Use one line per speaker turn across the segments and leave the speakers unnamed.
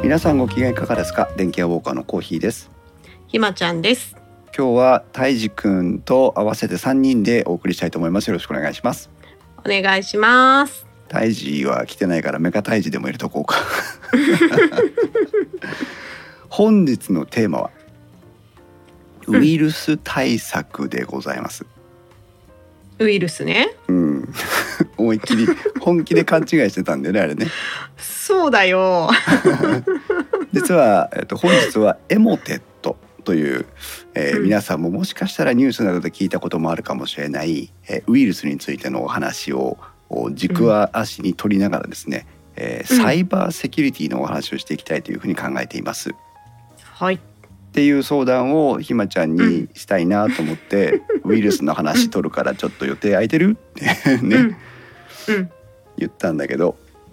皆さんご機嫌いかがですか？電気屋ウォーカーのコーヒーです。
ひまちゃんです。
今日はたいじくんと合わせて3人でお送りしたいと思います。よろしくお願いします。
お願いします。
たいじは来てないからメカたいじでも入れとこうか本日のテーマはウイルス対策でございます。
ウイルスね。
思いっきり本気で勘違いしてたんだよね、あれね。
そうだよ
実は、本日はエモテットという、皆さんももしかしたらニュースなどで聞いたこともあるかもしれない、ウイルスについてのお話を軸足に取りながらですね、サイバーセキュリティのお話をしていきたいというふうに考えています。
はい。
っていう相談をひまちゃんにしたいなと思って、ウイルスの話取るからちょっと予定空いてるってね、言ったんだけど、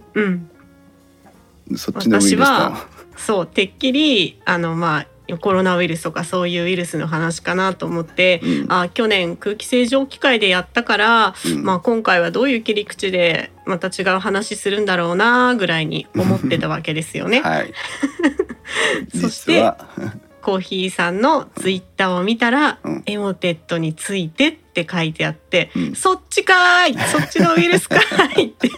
そっちのウイルスの
私はそうてっきりコロナウイルスとかそういうウイルスの話かなと思って、去年空気清浄機械でやったから、今回はどういう切り口でまた違う話するんだろうなぐらいに思ってたわけですよね。
はい、
そしてコーヒーさんのツイッターを見たら、エモテットについてって書いてあって、そっちかーい、そっちのウイルスかーいって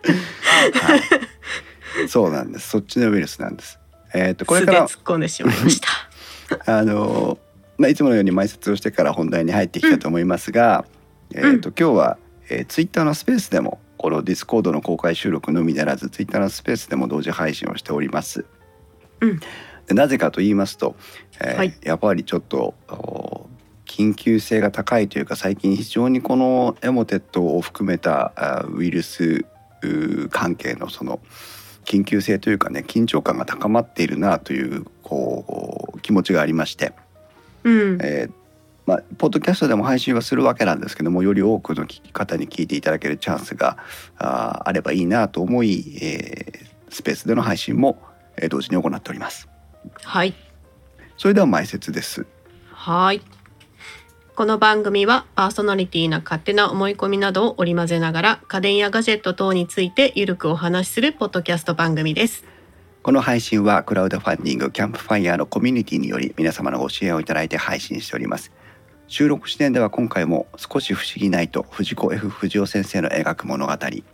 そうなんです。そっちのウイルスなんです。これから
素で突っ込んでしまいました
いつものように前説をしてから本題に入っていきたいと思いますが、今日は、ツイッターのスペースでもこのディスコードの公開収録のみならずツイッターのスペースでも同時配信をしております。でなぜかと言いますと、やっぱりちょっと緊急性が高いというか、最近非常にこのエモテットを含めたウイルス関係のその緊急性というかね、緊張感が高まっているなという気持ちがありまして、ポッドキャストでも配信はするわけなんですけども、より多くの方に聞いていただけるチャンスがあればいいなと思い、スペースでの配信も同時に行っております。はい。それでは前説です。
はい。この番組はパーソナリティな勝手な思い込みなどを織り交ぜながら家電やガジェット等についてゆるくお話しするポッドキャスト番組です。
この配信はクラウドファンディングキャンプファイヤーのコミュニティにより皆様のご支援をいただいて配信しております。収録時点では今回も少し不思議ナイト藤子 F 不二雄先生の描く物語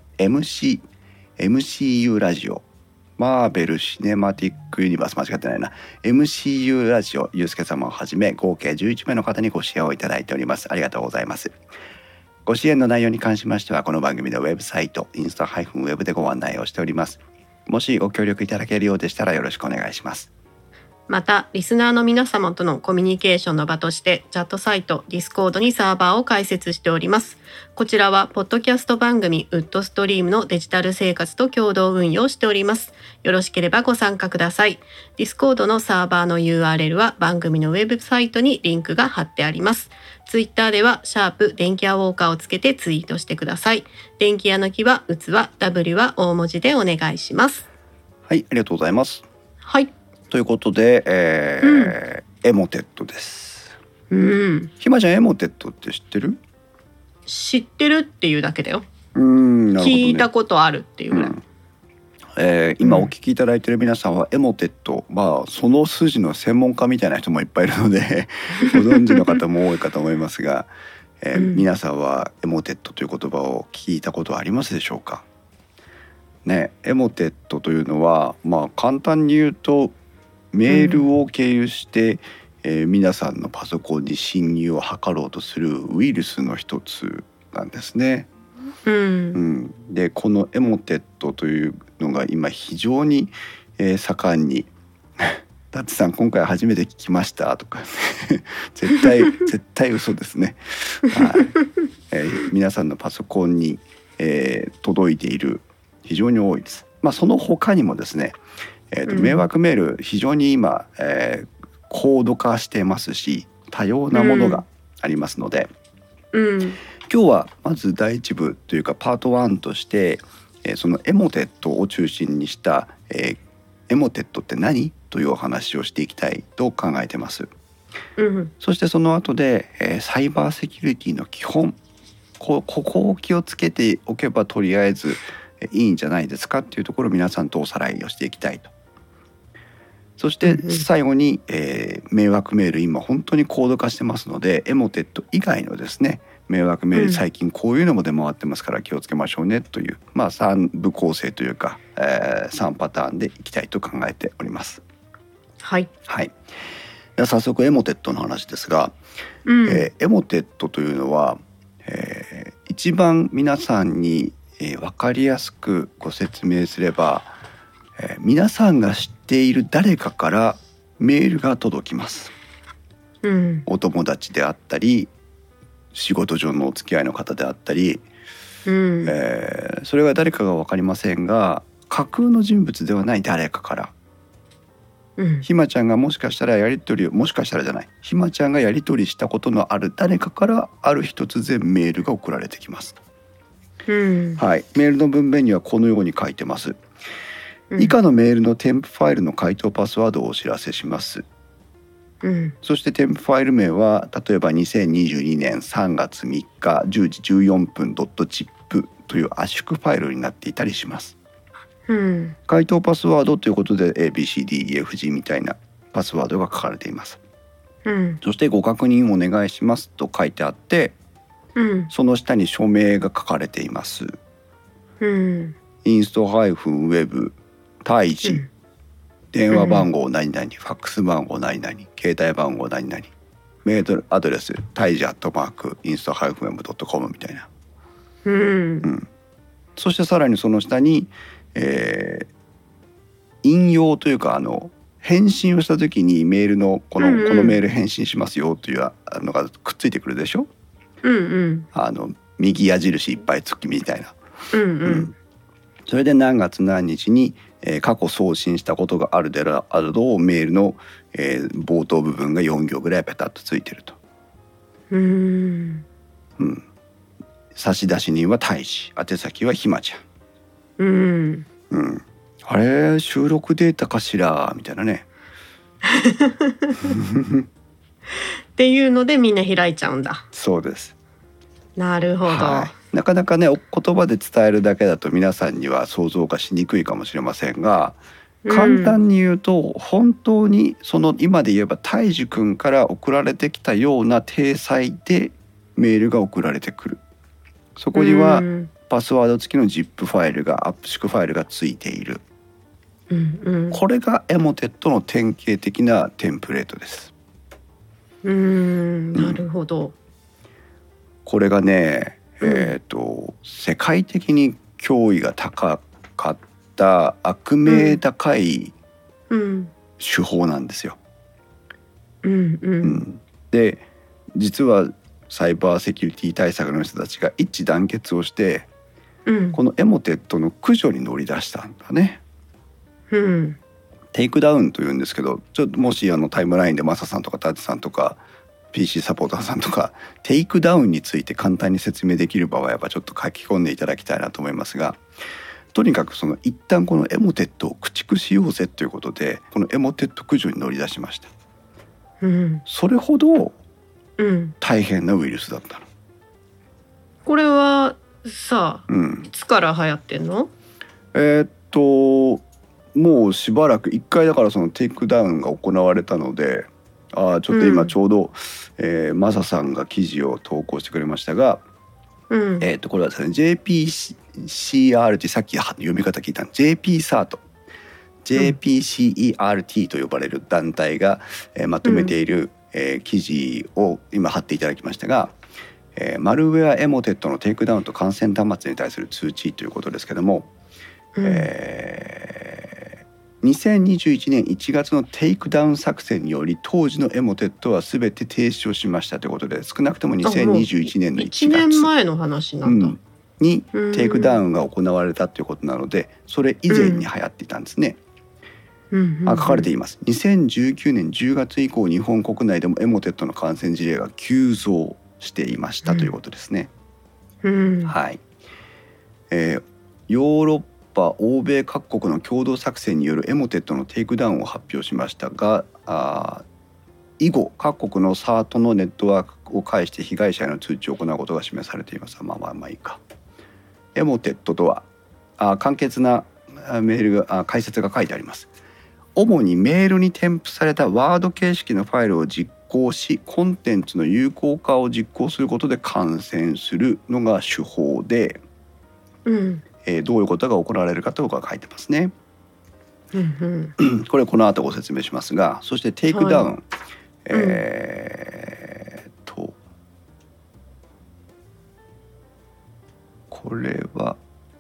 MCU ラジオマーベルシネマティックユニバース、間違ってないな、 MCU ラジオゆうすけ様をはじめ合計11名の方にご支援をいただいております。ありがとうございます。ご支援の内容に関しましてはこの番組のウェブサイトインスタ-webでご案内をしております。もしご協力いただけるようでしたらよろしくお願いします。
またリスナーの皆様とのコミュニケーションの場としてチャットサイトディスコードにサーバーを開設しております。こちらはポッドキャスト番組ウッドストリームのデジタル生活と共同運用しております。よろしければご参加ください。ディスコードのサーバーの URL は番組のウェブサイトにリンクが貼ってあります。ツイッターでは電気屋ウォーカーをつけてツイートしてください。電気屋の木は器、W は大文字でお願いします。
はい、ありがとうございます。
はい。
ということで、エモテットです。ひまちゃん、エモテットって知ってる？
知ってるっていうだけだよ。
なるほどね、
聞いたことあるっていうぐらい。
今お聞きいただいている皆さんはエモテット、その筋の専門家みたいな人もいっぱいいるのでご存知の方も多いかと思いますが、皆さんはエモテットという言葉を聞いたことはありますでしょうかね。エモテットというのは、簡単に言うとメールを経由して、皆さんのパソコンに侵入を図ろうとするウイルスの一つなんですね。でこのエモテットというのが今非常に、盛んにダッツさん今回初めて聞きましたとか絶対嘘ですね。皆さんのパソコンに、届いている非常に多いです。その他にもですね、迷惑メール非常に今、高度化してますし多様なものがありますので、今日はまず第一部というかパート1として、そのエモテットを中心にした、エモテットって何というお話をしていきたいと考えてます。そしてその後で、サイバーセキュリティの基本ここを気をつけておけばとりあえずいいんじゃないですかっていうところを皆さんとおさらいをしていきたいと。 そして最後に、迷惑メール今本当に高度化してますので、エモテット以外のですね迷惑メール、最近こういうのも出回ってますから気をつけましょうねという、3部構成というか、3パターンでいきたいと考えております。
はい、
はい、では早速エモテットの話ですが、エモテットというのは、一番皆さんに、分かりやすくご説明すれば、皆さんが知っている誰かからメールが届きます。お友達であったり仕事上のお付き合いの方であったり、それが誰かが分かりませんが架空の人物ではない誰かから、ひまちゃんがもしかしたらひまちゃんがやり取りしたことのある誰かからある日突然メールが送られてきます。はい、メールの文面にはこのように書いてます。以下のメールの添付ファイルの回答パスワードをお知らせします。そして添付ファイル名は例えば2022年3月3日10時14分 .zip という圧縮ファイルになっていたりします。回答パスワードということで ABCDEFG みたいなパスワードが書かれています。そしてご確認お願いしますと書いてあって、その下に署名が書かれています。インスト-web 胎児、電話番号何々、ファックス番号何々、携帯番号何々、メールアドレス胎児@insto-web.com みたいな、そしてさらにその下に、引用というか返信をした時にメールのこのメール返信しますよというのがくっついてくるでしょ。右矢印いっぱいつきみたいな、それで何月何日に、過去送信したことがあるであろうメールの、冒頭部分が4行ぐらいペタッとついてると。差出人は大使、宛先はひまちゃん。あれ収録データかしらみたいなね。
っていうのでみんな開いちゃうんだ。
そうです。
なるほど。
なかなかね言葉で伝えるだけだと皆さんには想像がしにくいかもしれませんが、簡単に言うと本当にその今で言えば泰治くんから送られてきたような体裁でメールが送られてくる。そこにはパスワード付きの ZIP ファイルが圧縮ファイルがついている。これがエモテットの典型的なテンプレートです。
なるほど。
これがね、世界的に脅威が高かった悪名高い手法なんですよ。で実はサイバーセキュリティ対策の人たちが一致団結をして、このエモテットの駆除に乗り出したんだね。テイクダウンというんですけど、ちょっともしタイムラインでマサさんとかタッチさんとか PC サポーターさんとかテイクダウンについて簡単に説明できる場合はやっぱちょっと書き込んでいただきたいなと思いますが、とにかく一旦このエモテットを駆逐しようぜということでこのエモテット駆除に乗り出しました。それほど大変なウイルスだったの。
これはさあ、いつから流行ってんの？
もうしばらく1回だからそのテイクダウンが行われたので、ちょっと今ちょうど、マサさんが記事を投稿してくれましたが、これはですね JPCERT、 さっき読み方聞いたの JPCERT と呼ばれる団体が、まとめている、記事を今貼っていただきましたが、マルウェアエモテットのテイクダウンと感染端末に対する通知ということですけども、2021年1月のテイクダウン作戦により当時のエモテットは全て停止をしましたということで、少なくとも2021年の1月
1年前の話なんだ、
にテイクダウンが行われたということなので、それ以前に流行っていたんですね。書かれています。2019年10月以降日本国内でもエモテットの感染事例が急増していましたということですね。はい。ヨーロッパ欧米各国の共同作戦によるエモテットのテイクダウンを発表しましたが、以後各国の SART のネットワークを介して被害者への通知を行うことが示されています。まあいいか。エモテットとは簡潔なメールが解説が書いてあります。 主にメールに添付されたワード形式のファイルを実行し、コンテンツの有効化を実行することで感染するのが手法で、どういうことが行われるかということが書いてますね。これこの後ご説明しますが、そしてテイクダウン、これは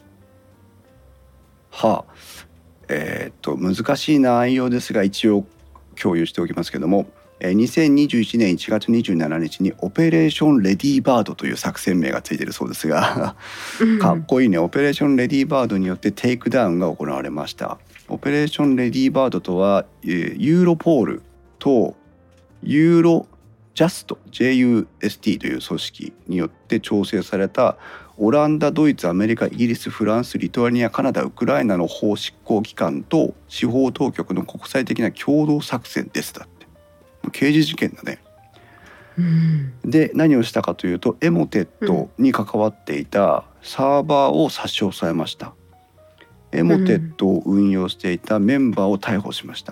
難しい内容ですが一応共有しておきますけども、2021年1月27日にオペレーションレディーバードという作戦名がついているそうですがかっこいいね。オペレーションレディーバードによってテイクダウンが行われました。オペレーションレディーバードとはユーロポールとユーロジャスト JUST という組織によって調整されたオランダ、ドイツ、アメリカ、イギリス、フランス、リトアニア、カナダ、ウクライナの法執行機関と司法当局の国際的な共同作戦です。だって刑事事件だね。で何をしたかというとエモテットに関わっていたサーバーを差し押さえました。エモテットを運用していたメンバーを逮捕しました。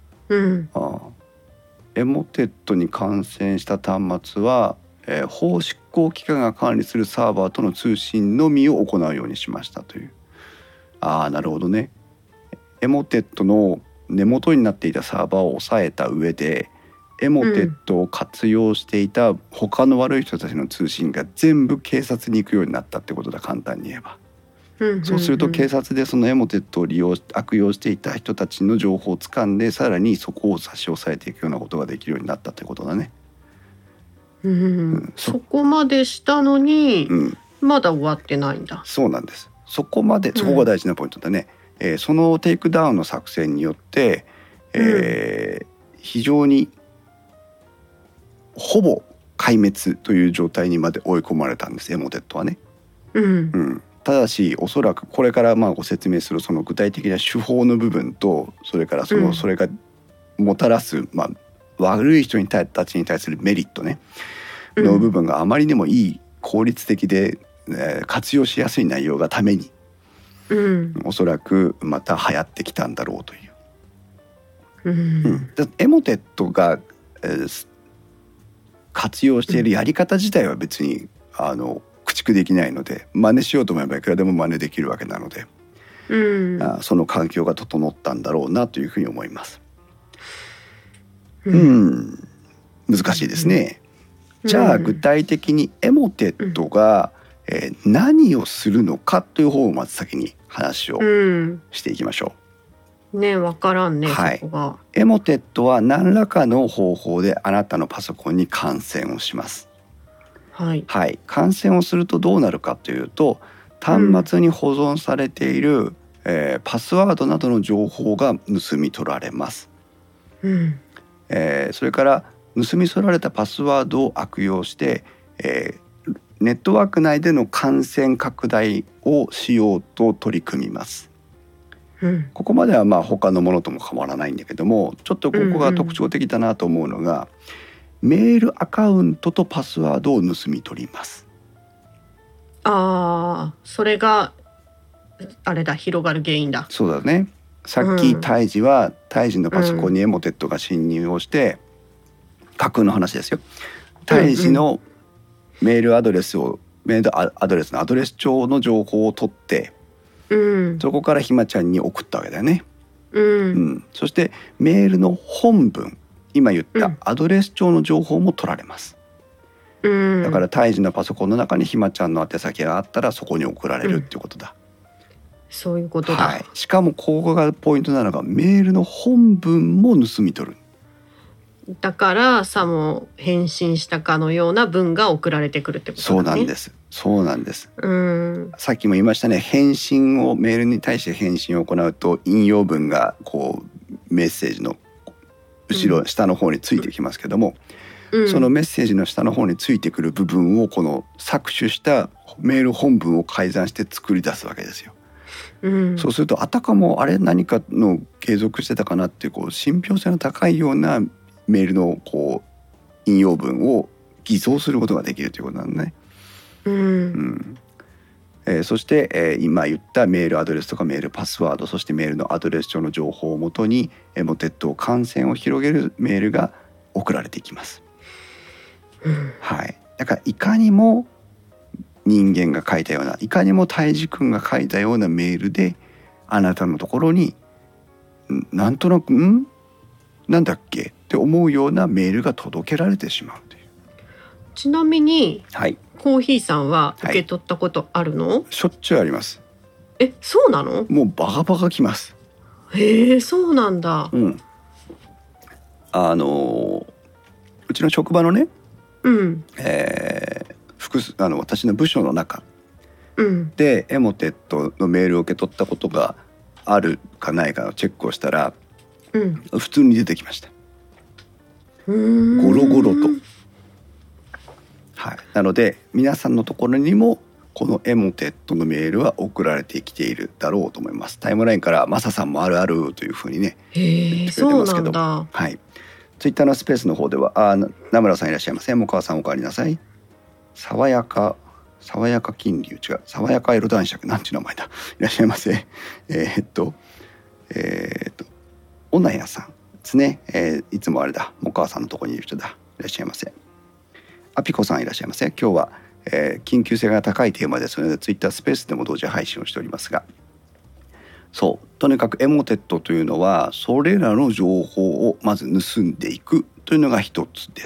エモテットに感染した端末は、法執行機関が管理するサーバーとの通信のみを行うようにしましたという。なるほどね。エモテットの根元になっていたサーバーを抑えた上でエモテットを活用していた他の悪い人たちの通信が全部警察に行くようになったってことだ。簡単に言えば。そうすると警察でそのエモテットを悪用していた人たちの情報を掴んでさらにそこを差し押さえていくようなことができるようになったということだね。
そこまでしたのに、まだ終わってないんだ。
そうなんです。そこまで、そこが大事なポイントだね。そのテイクダウンの作戦によって、非常にほぼ壊滅という状態にまで追い込まれたんです、エモテットはね。ただしおそらくこれからご説明するその具体的な手法の部分とそれからそれがもたらす、悪い人たちに対するメリットねの部分があまりにもいい効率的で、活用しやすい内容がために、おそらくまた流行ってきたんだろうという。エモテットが、活用しているやり方自体は別に駆逐できないので真似しようと思えばいくらでも真似できるわけなので、その環境が整ったんだろうなというふうに思います。難しいですね。じゃあ具体的にエモテットが、何をするのかという方をまず先に話をしていきましょう。
わからんね、そこが。
エモテットは何らかの方法であなたのパソコンに感染をします。感染をするとどうなるかというと端末に保存されている、パスワードなどの情報が盗み取られます。それから盗み取られたパスワードを悪用して、ネットワーク内での感染拡大をしようと取り組みます。ここまでは他のものとも変わらないんだけどもちょっとここが特徴的だなと思うのが、メールアカウントとパスワードを盗み取ります。
それがあれだ、広がる原因だ。
そうだね。さっき胎児のパソコンにエモテットが侵入をして、架空の話ですよ。胎児のメールアドレスのアドレス帳の情報を取って、そこからひまちゃんに送ったわけだよね。そしてメールの本文、今言ったアドレス帳の情報も取られます。だから胎児のパソコンの中にひまちゃんの宛先があったらそこに送られるっていうことだ。
そういうことだ。
しかもここがポイントなのがメールの本文も盗み取る。
だからさも返信したかのような文が送られてくるってことだね。
そうなんです。さっきも言いましたね。メールに対して返信を行うと引用文がメッセージの下の方についてきますけども、そのメッセージの下の方についてくる部分をこの搾取したメール本文を改ざんして作り出すわけですよ。そうするとあたかも何かの継続してたかなっていう信憑性の高いようなメールの引用文を偽造することができるということなんだね。 そして、今言ったメールアドレスとかメールパスワード、そしてメールのアドレス上の情報をもとにエモテットを感染を広げるメールが送られていきます。はい、だからいかにも人間が書いたような、いかにも泰治君が書いたようなメールであなたのところになんとなくなんだっけって思うようなメールが届けられてしまうという。
ちなみに、
はい、
コーヒーさんは受け取ったことあるの？
しょっちゅうあります。
そうなの？
もうバカバカきます。
へえ、そうなんだ。
うちの職場のね、私の部署の中でエモテットのメールを受け取ったことがあるかないかのチェックをしたら、普通に出てきました。ゴロゴロと。はい、なので皆さんのところにもこのエモテットのメールは送られてきているだろうと思います。タイムラインからマサさんもあるあるというふうにね言ってくれてますけど、はい、ツイッターのスペースの方では名村さんいらっしゃいませ。もかわさんおかわりなさい。爽やか金龍、違う、爽やかエロ男爵、なんていう名前だ、いらっしゃいませ。おなやさんですね、いつもあれだ、もかわさんのところにいる人だ、いらっしゃいませ。あぴこさんいらっしゃいませ。今日は、緊急性が高いテーマですのでツイッタースペースでも同時配信をしておりますが、そうとにかくエモテットというのはそれらの情報をまず盗んでいくというのが一つです。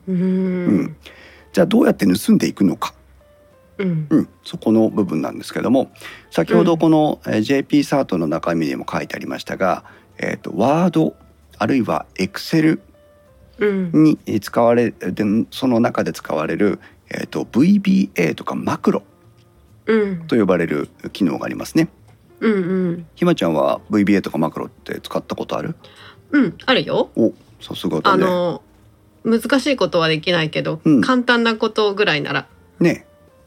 じゃあどうやって盗んでいくのか、そこの部分なんですけども、先ほどこの JP サートの中身にも書いてありましたが、ワードあるいはエクセルに使われでその中で使われる、VBA とかマクロと呼ばれる機能がありますね。ひまちゃんは VBA とかマクロって使ったことある？
あるよ。
お、さすがだね。
難しいことはできないけど、簡単なことぐらいならね。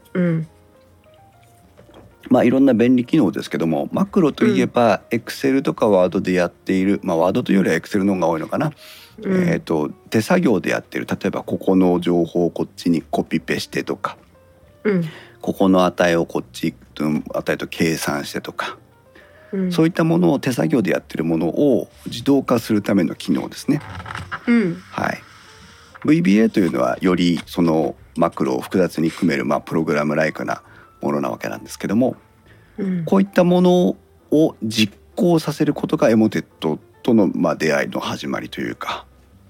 まあいろんな便利機能ですけども、マクロといえば Excel とか Word でやっている、Word というよりは Excel の方が多いのかな、手作業でやっている、例えばここの情報をこっちにコピペしてとか、ここの値をこっちの値と計算してとか、そういったものを手作業でやっているものを自動化するための機能ですね。はい、VBA というのはよりそのマクロを複雑に組める、プログラムライクなものなわけなんですけども、こういったものを実行させることがエモテットとの出会いの始まりというか、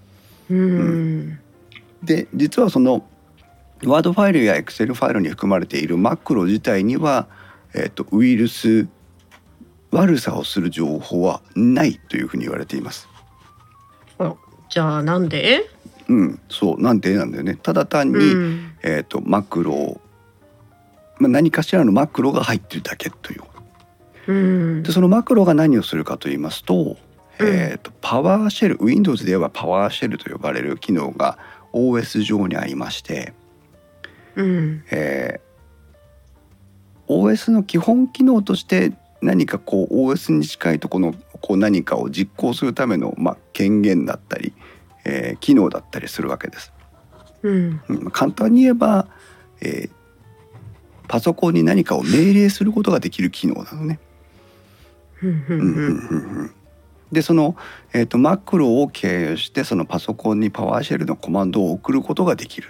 で実はそのワードファイルやエクセルファイルに含まれているマクロ自体には、ウイルス悪さをする情報はないというふうに言われています。
じゃあなんで？
そうなんでなんだよね。ただ単に、マクロ、何かしらのマクロが入ってるだけという。でそのマクロが何をするかと言いますと、パワーシェル、Windows で言えばパワーシェルと呼ばれる機能が OS 上にありまして、OS の基本機能として何かこう OS に近いところのこう何かを実行するための、権限だったり、機能だったりするわけです。簡単に言えば、パソコンに何かを命令することができる機能なのね。でその、マクロを経由してそのパソコンにパワーシェルのコマンドを送ることができる。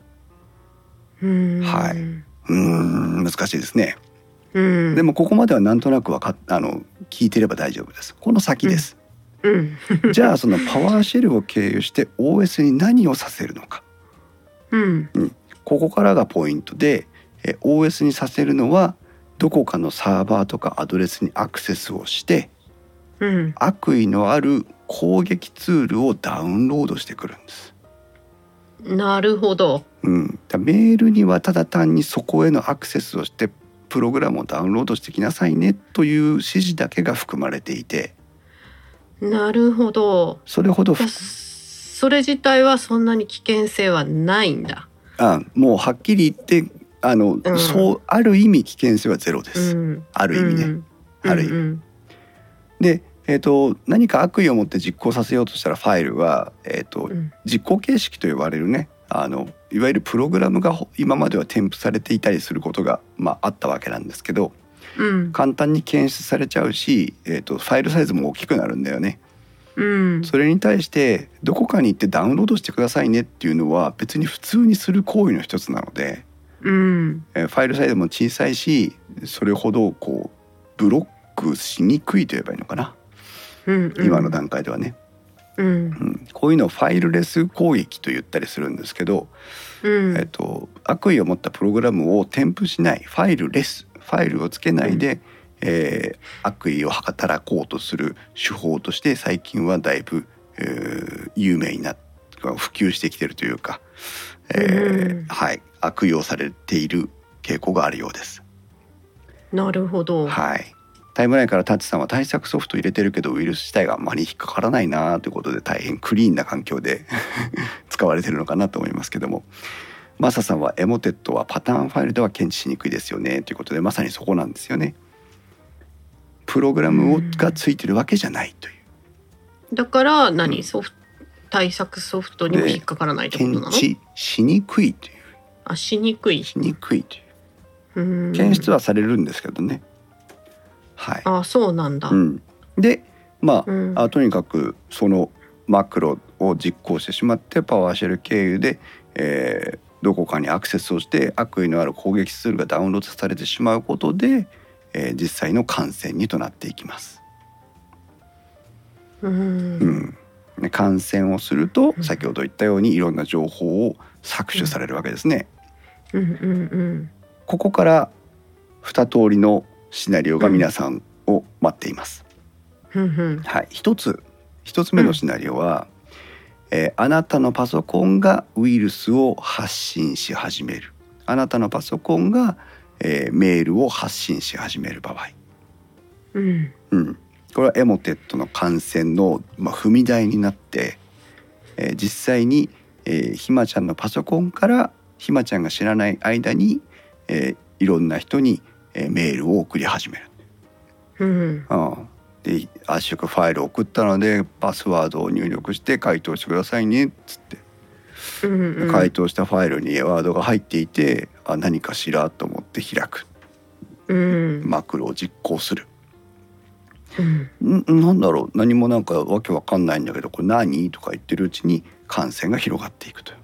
はい、難しいですね。でもここまではなんとなく聞いてれば大丈夫です。この先です。じゃあそのパワーシェルを経由して OS に何をさせるのか、ここからがポイントで、OS にさせるのはどこかのサーバーとかアドレスにアクセスをして、悪意のある攻撃ツールをダウンロードしてくるんです。
なるほど。
メールにはただ単にそこへのアクセスをしてプログラムをダウンロードしてきなさいねという指示だけが含まれていて。
なるほど。
それほど
それ自体はそんなに危険性はないんだ。
もうはっきり言ってそうある意味危険性はゼロです。ある意味ね。ある意味。で、何か悪意を持って実行させようとしたらファイルは、実行形式と呼ばれるねいわゆるプログラムが今までは添付されていたりすることが、あったわけなんですけど、簡単に検出されちゃうし、ファイルサイズも大きくなるんだよね。それに対してどこかに行ってダウンロードしてくださいねっていうのは別に普通にする行為の一つなので、ファイルサイズも小さいし、それほどこうブロックしにくいと言えばいいのかな、今の段階ではね。こういうのをファイルレス攻撃と言ったりするんですけど、悪意を持ったプログラムを添付しない、ファイルレス、ファイルをつけないで、悪意を働こうとする手法として最近はだいぶ、有名になって普及してきているというか、悪用されている傾向があるようです。
なるほど。
タイムラインからタッチさんは対策ソフト入れてるけどウイルス自体があまり引っかからないなということで、大変クリーンな環境で使われてるのかなと思いますけども、マサさんはエモテットはパターンファイルでは検知しにくいですよねということで、まさにそこなんですよね。プログラムがついてるわけじゃないという。
だから対策ソフトにも引っかからないってことなの？
検知しにくいという。
しにくい
という。検出はされるんですけどね。
そうなんだ。
でとにかくそのマクロを実行してしまってパワーシェル経由で、どこかにアクセスをして悪意のある攻撃ツールがダウンロードされてしまうことで、実際の感染にとなっていきます。感染をすると先ほど言ったようにいろんな情報を搾取されるわけですね。ここから2通りのシナリオが皆さんを待っています。一つ目のシナリオは、あなたのパソコンがウイルスを発信し始める。あなたのパソコンが、メールを発信し始める場合、これはエモテットの感染の、踏み台になって、実際に、ひまちゃんのパソコンからひまちゃんが知らない間に、いろんな人に、メールを送り始める。で圧縮ファイルを送ったのでパスワードを入力して回答してくださいねっつって、回答したファイルにワードが入っていて、何かしらと思って開く、マクロを実行する。なんだろう、何もなんかわけわかんないんだけどこれ何とか言ってるうちに感染が広がっていくという。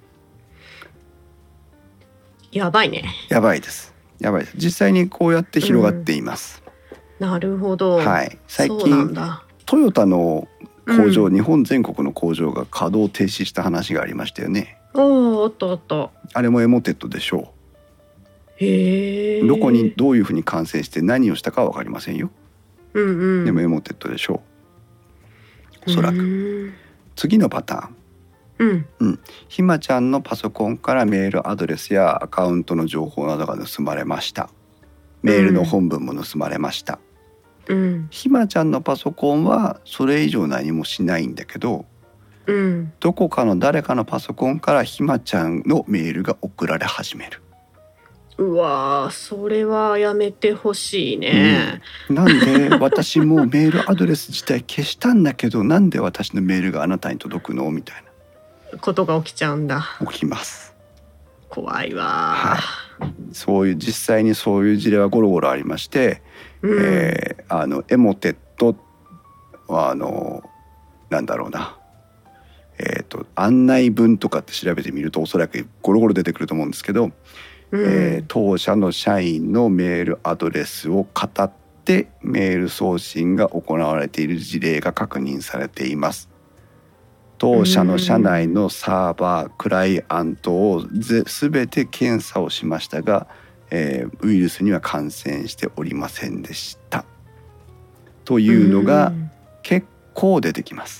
やばいね。
やばいです。実際にこうやって広がっています。
なるほど。
最近トヨタの工場、日本全国の工場が稼働停止した話がありましたよね。
あった。あ
れもエモテットでしょう。どこにどういうふうに感染して何をしたかは分かりませんよ。でもエモテットでしょう。おそらく。次のパターン。ひまちゃんのパソコンからメールアドレスやアカウントの情報などが盗まれました。メールの本文も盗まれました。ひまちゃんのパソコンはそれ以上何もしないんだけど、どこかの誰かのパソコンからひまちゃんのメールが送られ始める。
うわー、それはやめてほしいね。
なんで私もうメールアドレス自体消したんだけどなんで私のメールがあなたに届くのみたい
なことが起きちゃうんだ。
起きます。
怖いわ。
そういう実際にそういう事例はゴロゴロありまして、エモテットはなんだろうな、案内文とかって調べてみるとおそらくゴロゴロ出てくると思うんですけど、当社の社員のメールアドレスを語ってメール送信が行われている事例が確認されています。当社の社内のサーバークライアントを全て検査をしましたが、ウイルスには感染しておりませんでしたというのが結構出てきます。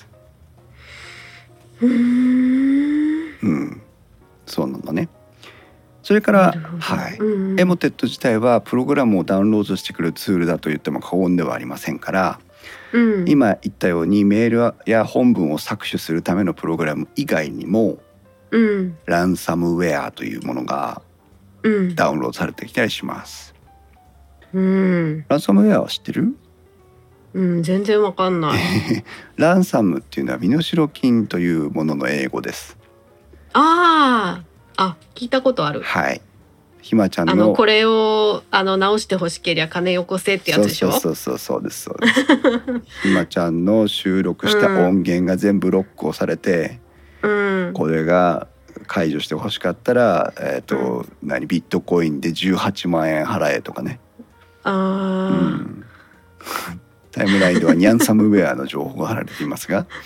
そうなのね。それから、エモテット自体はプログラムをダウンロードしてくるツールだと言っても過言ではありませんから、今言ったようにメールや本文を搾取するためのプログラム以外にも、ランサムウェアというものがダウンロードされてきたりします。ランサムウェアは知ってる？
全然わかんない。
ランサムっていうのは身代金というものの英語です。
あ、聞いたことある。
はい。ひまちゃんの
これを直してほしけりゃ金よこせってやつでしょ。
そうですそうですひまちゃんの収録した音源が全部ロックをされて、
うん、
これが解除してほしかったら、ビットコインで18万円払えとかね。タイムラインではニャンサムウェアの情報が貼られていますが、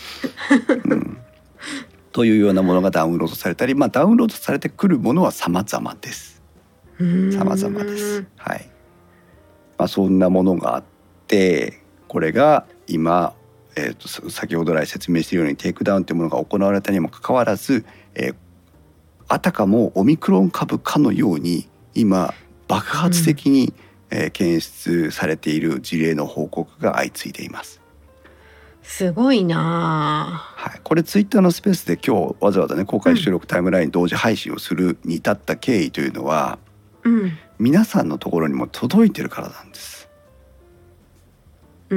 というようなものがダウンロードされたり、ダウンロードされてくるものは様々です。様々です。はい。そんなものがあって、これが今、先ほど来説明しているようにテイクダウンというものが行われたにもかかわらず、あたかもオミクロン株かのように今爆発的に、検出されている事例の報告が相次いでいます。
すごいな、
はい、これツイッターのスペースで今日わざわざね公開収録タイムライン同時配信をするに至った経緯というのは、皆さんのところにも届いてるからなんです。はい、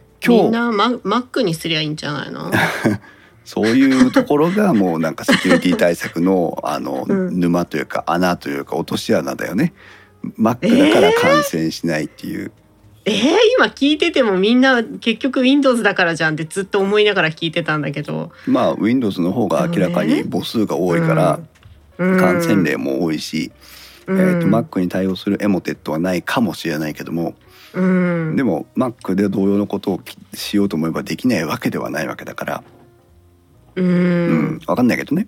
今日
みんなマックにすりゃいいんじゃないの
そういうところがもうなんかセキュリティ対策の沼というか穴というか落とし穴だよね。マックだから感染しないっていう。
今聞いててもみんな結局 Windows だからじゃんってずっと思いながら聞いてたんだけど、
Windows の方が明らかに母数が多いから、感染例も多いし、Mac に対応するエモテットはないかもしれないけども、でも Mac で同様のことをしようと思えばできないわけではないわけだから、分かんないけどね、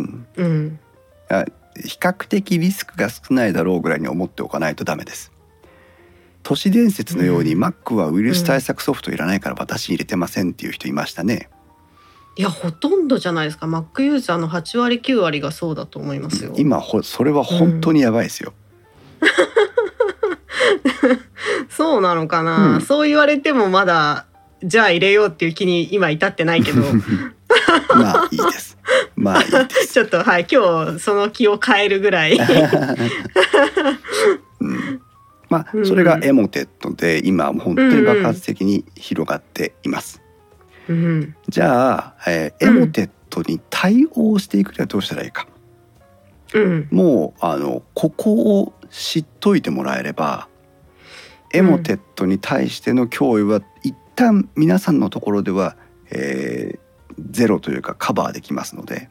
比較的リスクが少ないだろうぐらいに思っておかないとダメです。都市伝説のように Mac はウイルス対策ソフトいらないから私入れてませんっていう人いましたね。
いやほとんどじゃないですか。 Mac ユーザーの8割9割がそうだと思いますよ。
今それは本当にやばいですよ、
そうなのかな、そう言われてもまだじゃあ入れようっていう気に今至ってないけど
いいです
ちょっと今日その気を変えるぐらい
それがエモテットで今本当に爆発的に広がっています、じゃあ、エモテットに対応していくにはどうしたらいいか、もうここを知っといてもらえれば、エモテットに対しての脅威は一旦皆さんのところでは、ゼロというかカバーできますので、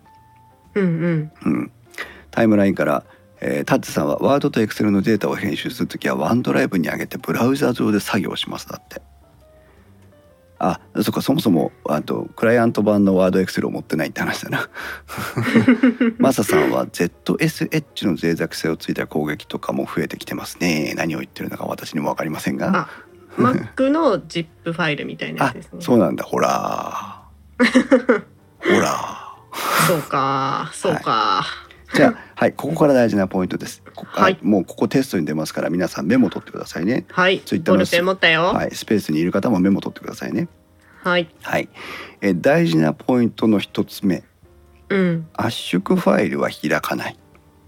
タイムラインからタッツさんはワードとエクセルのデータを編集するときはワンドライブに上げてブラウザ上で作業しますだって。そっか、そもそもクライアント版のワードエクセルを持ってないって話だなマサさんは ZSH の脆弱性をついた攻撃とかも増えてきてますね。何を言ってるのか私にも分かりませんが
Mac の ZIP ファイルみたいなやつですね。
そうなんだ、ほら
そうか、
じゃあ、ここから大事なポイントです。もうここテストに出ますから皆さんメモ取ってくださいね。
ツイッターのボールペン持ったよ。
スペースにいる方もメモ取ってくださいね。
大
事なポイントの一つ目、圧縮ファイルは開かない。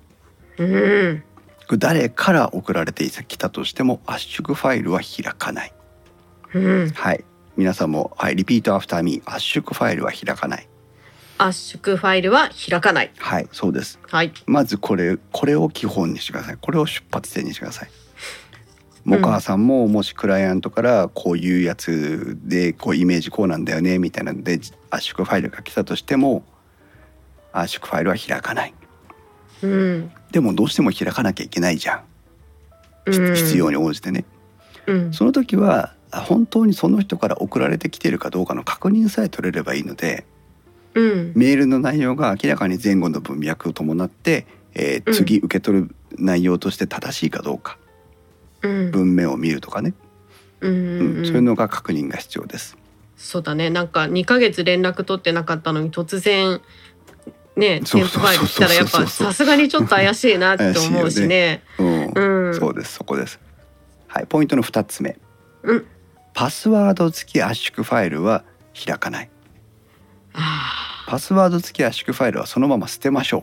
誰から送られてきたとしても圧縮ファイルは開かない。皆さんも、リピートアフターミー。圧縮ファイルは開かない。
圧縮ファイルは開かない。
そうです。まずこれを基本にしてください。これを出発点にしてください。モカさんももしクライアントからこういうやつでこうイメージこうなんだよねみたいなので圧縮ファイルが来たとしても圧縮ファイルは開かない。でもどうしても開かなきゃいけないじゃん。必要に応じてね。その時は本当にその人から送られてきているかどうかの確認さえ取れればいいので、メールの内容が明らかに前後の文脈を伴って、次受け取る内容として正しいかどうか、文面を見るとかね、そういうのが確認が必要です。
そうだね。なんか2ヶ月連絡取ってなかったのに突然ね添付ファイル来たらやっぱさすがにちょっと怪しいなって思うしね。
そうです、そこです。ポイントの2つ目、パスワード付き圧縮ファイルは開かない。パスワード付き圧縮ファイルはそのまま捨てましょ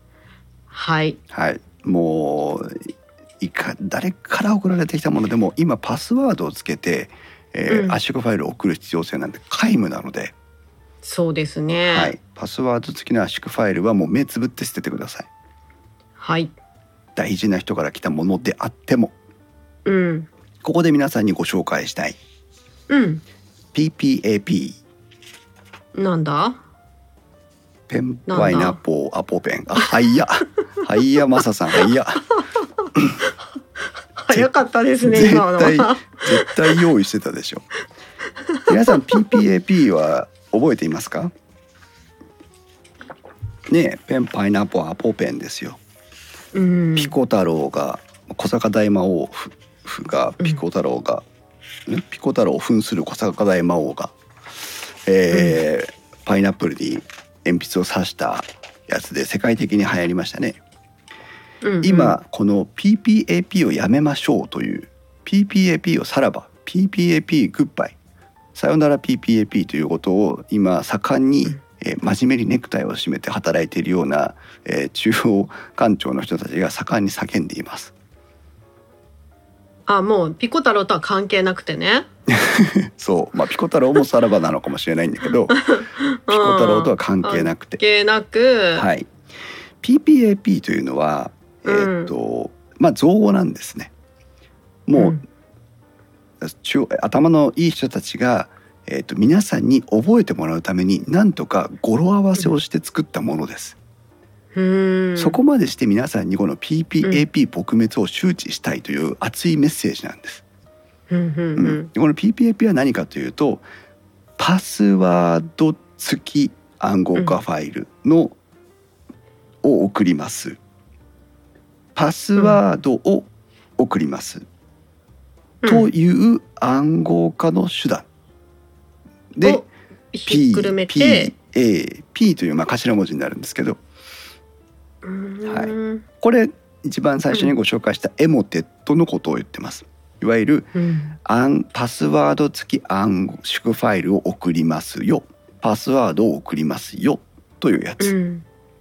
う。もう誰から送られてきたものでも今パスワードをつけて、圧縮ファイルを送る必要性なんて皆無なので。
そうですね。
パスワード付きの圧縮ファイルはもう目つぶって捨ててください。
はい。
大事な人から来たものであっても、
うん。
ここで皆さんにご紹介したい、
うん。
PPAP、
なんだ。
ペンパイナポーアポペン。はいやはいやマサさん、はいや
早かったですね今のは。
絶対用意してたでしょ。皆さん PPAP は覚えていますかね。ペンパイナポーアポペンですよ。
うん、
ピコ太郎が小坂大魔王がピコ太郎が、ピコ太郎を扮する小坂大魔王が、パイナップルに鉛筆を刺したやつで世界的に流行りましたね。
うんうん、
今この PPAP をやめましょうという、 PPAP をさらば、 PPAP グッバイ、さよなら PPAP ということを今盛んに、真面目にネクタイを締めて働いているような、中央官庁の人たちが盛んに叫んでいます。
あ、もうピコ太郎とは関係なくてね。
そう、ピコ太郎もさらばなのかもしれないんだけどピコ太郎とは関係なくて、
関係なく、
はい、PPAP というのは、造語なんですね。もう、頭のいい人たちが、皆さんに覚えてもらうために何とか語呂合わせをして作ったものです。そこまでして皆さんにこの PPAP 撲滅を周知したいという熱いメッセージなんです。この PPAP は何かというと、パスワード付き暗号化ファイルを送ります。パスワードを送ります、という暗号化の手段で、
ひっくるめて
PPAP という頭文字になるんですけど、はい、これ一番最初にご紹介したエモテットのことを言ってます。いわゆる、パスワード付き暗縮ファイルを送りますよ、パスワードを送りますよというやつ。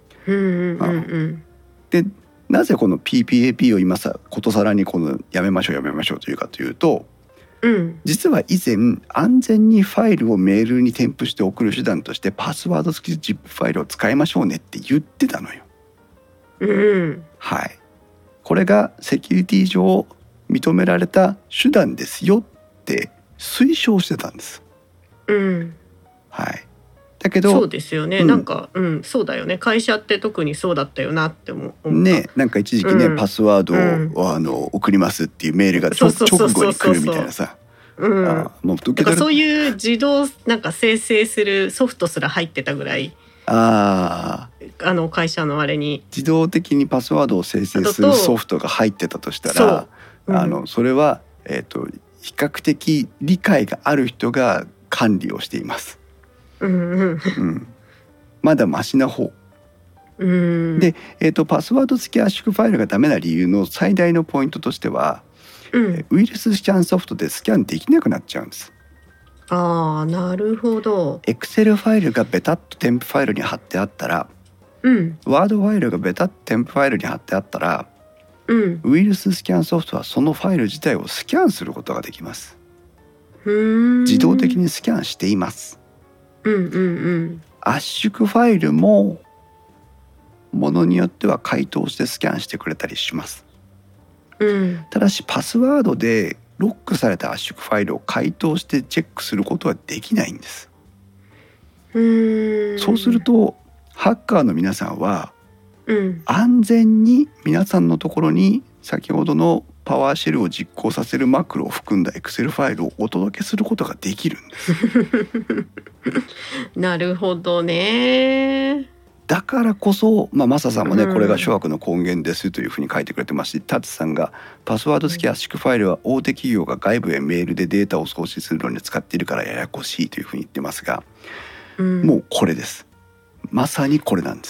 で、なぜこの PPAP を今ことさらにこのやめましょうというかというと、実は以前安全にファイルをメールに添付して送る手段としてパスワード付き ZIP ファイルを使いましょうねって言ってたのよ。はい、これがセキュリティ上認められた手段ですよって推奨してたんです。はい、だけど
そうですよね、なんか、そうだよね、会社って特にそうだったよなって思った
ね。なんか一時期ね、パスワードを、送りますっていうメールが直後に来るみたいなさ、
もうだからそういう自動なんか生成するソフトすら入ってたぐらい、会社のあれに
自動的にパスワードを生成するソフトが入ってたとしたら、それは、比較的理解がある人が管理をしています。まだマシな方で、パスワード付き圧縮ファイルがダメな理由の最大のポイントとしては、ウイルススキャンソフトでスキャンできなくなっちゃうんです。
なるほど。
Excel ファイルがベタっと添付ファイルに貼ってあったら、ワードファイルがベタっと添付ファイルに貼ってあったら、ウイルススキャンソフトはそのファイル自体をスキャンすることができます。自動的にスキャンしています。圧縮ファイルもものによっては回答してスキャンしてくれたりします。ただしパスワードでロックされた圧縮ファイルを回答してチェックすることはできないんです。そうするとハッカーの皆さんは、安全に皆さんのところに先ほどのパワーシェルを実行させるマクロを含んだ Excel ファイルをお届けすることができるんです。
なるほどね。
だからこそ、マサさんもね、これが諸悪の根源ですというふうに書いてくれてますし、タツさんがパスワード付き圧縮ファイルは大手企業が外部へメールでデータを送信するのに使っているからややこしいというふうに言ってますが、もうこれです。まさにこれなんです。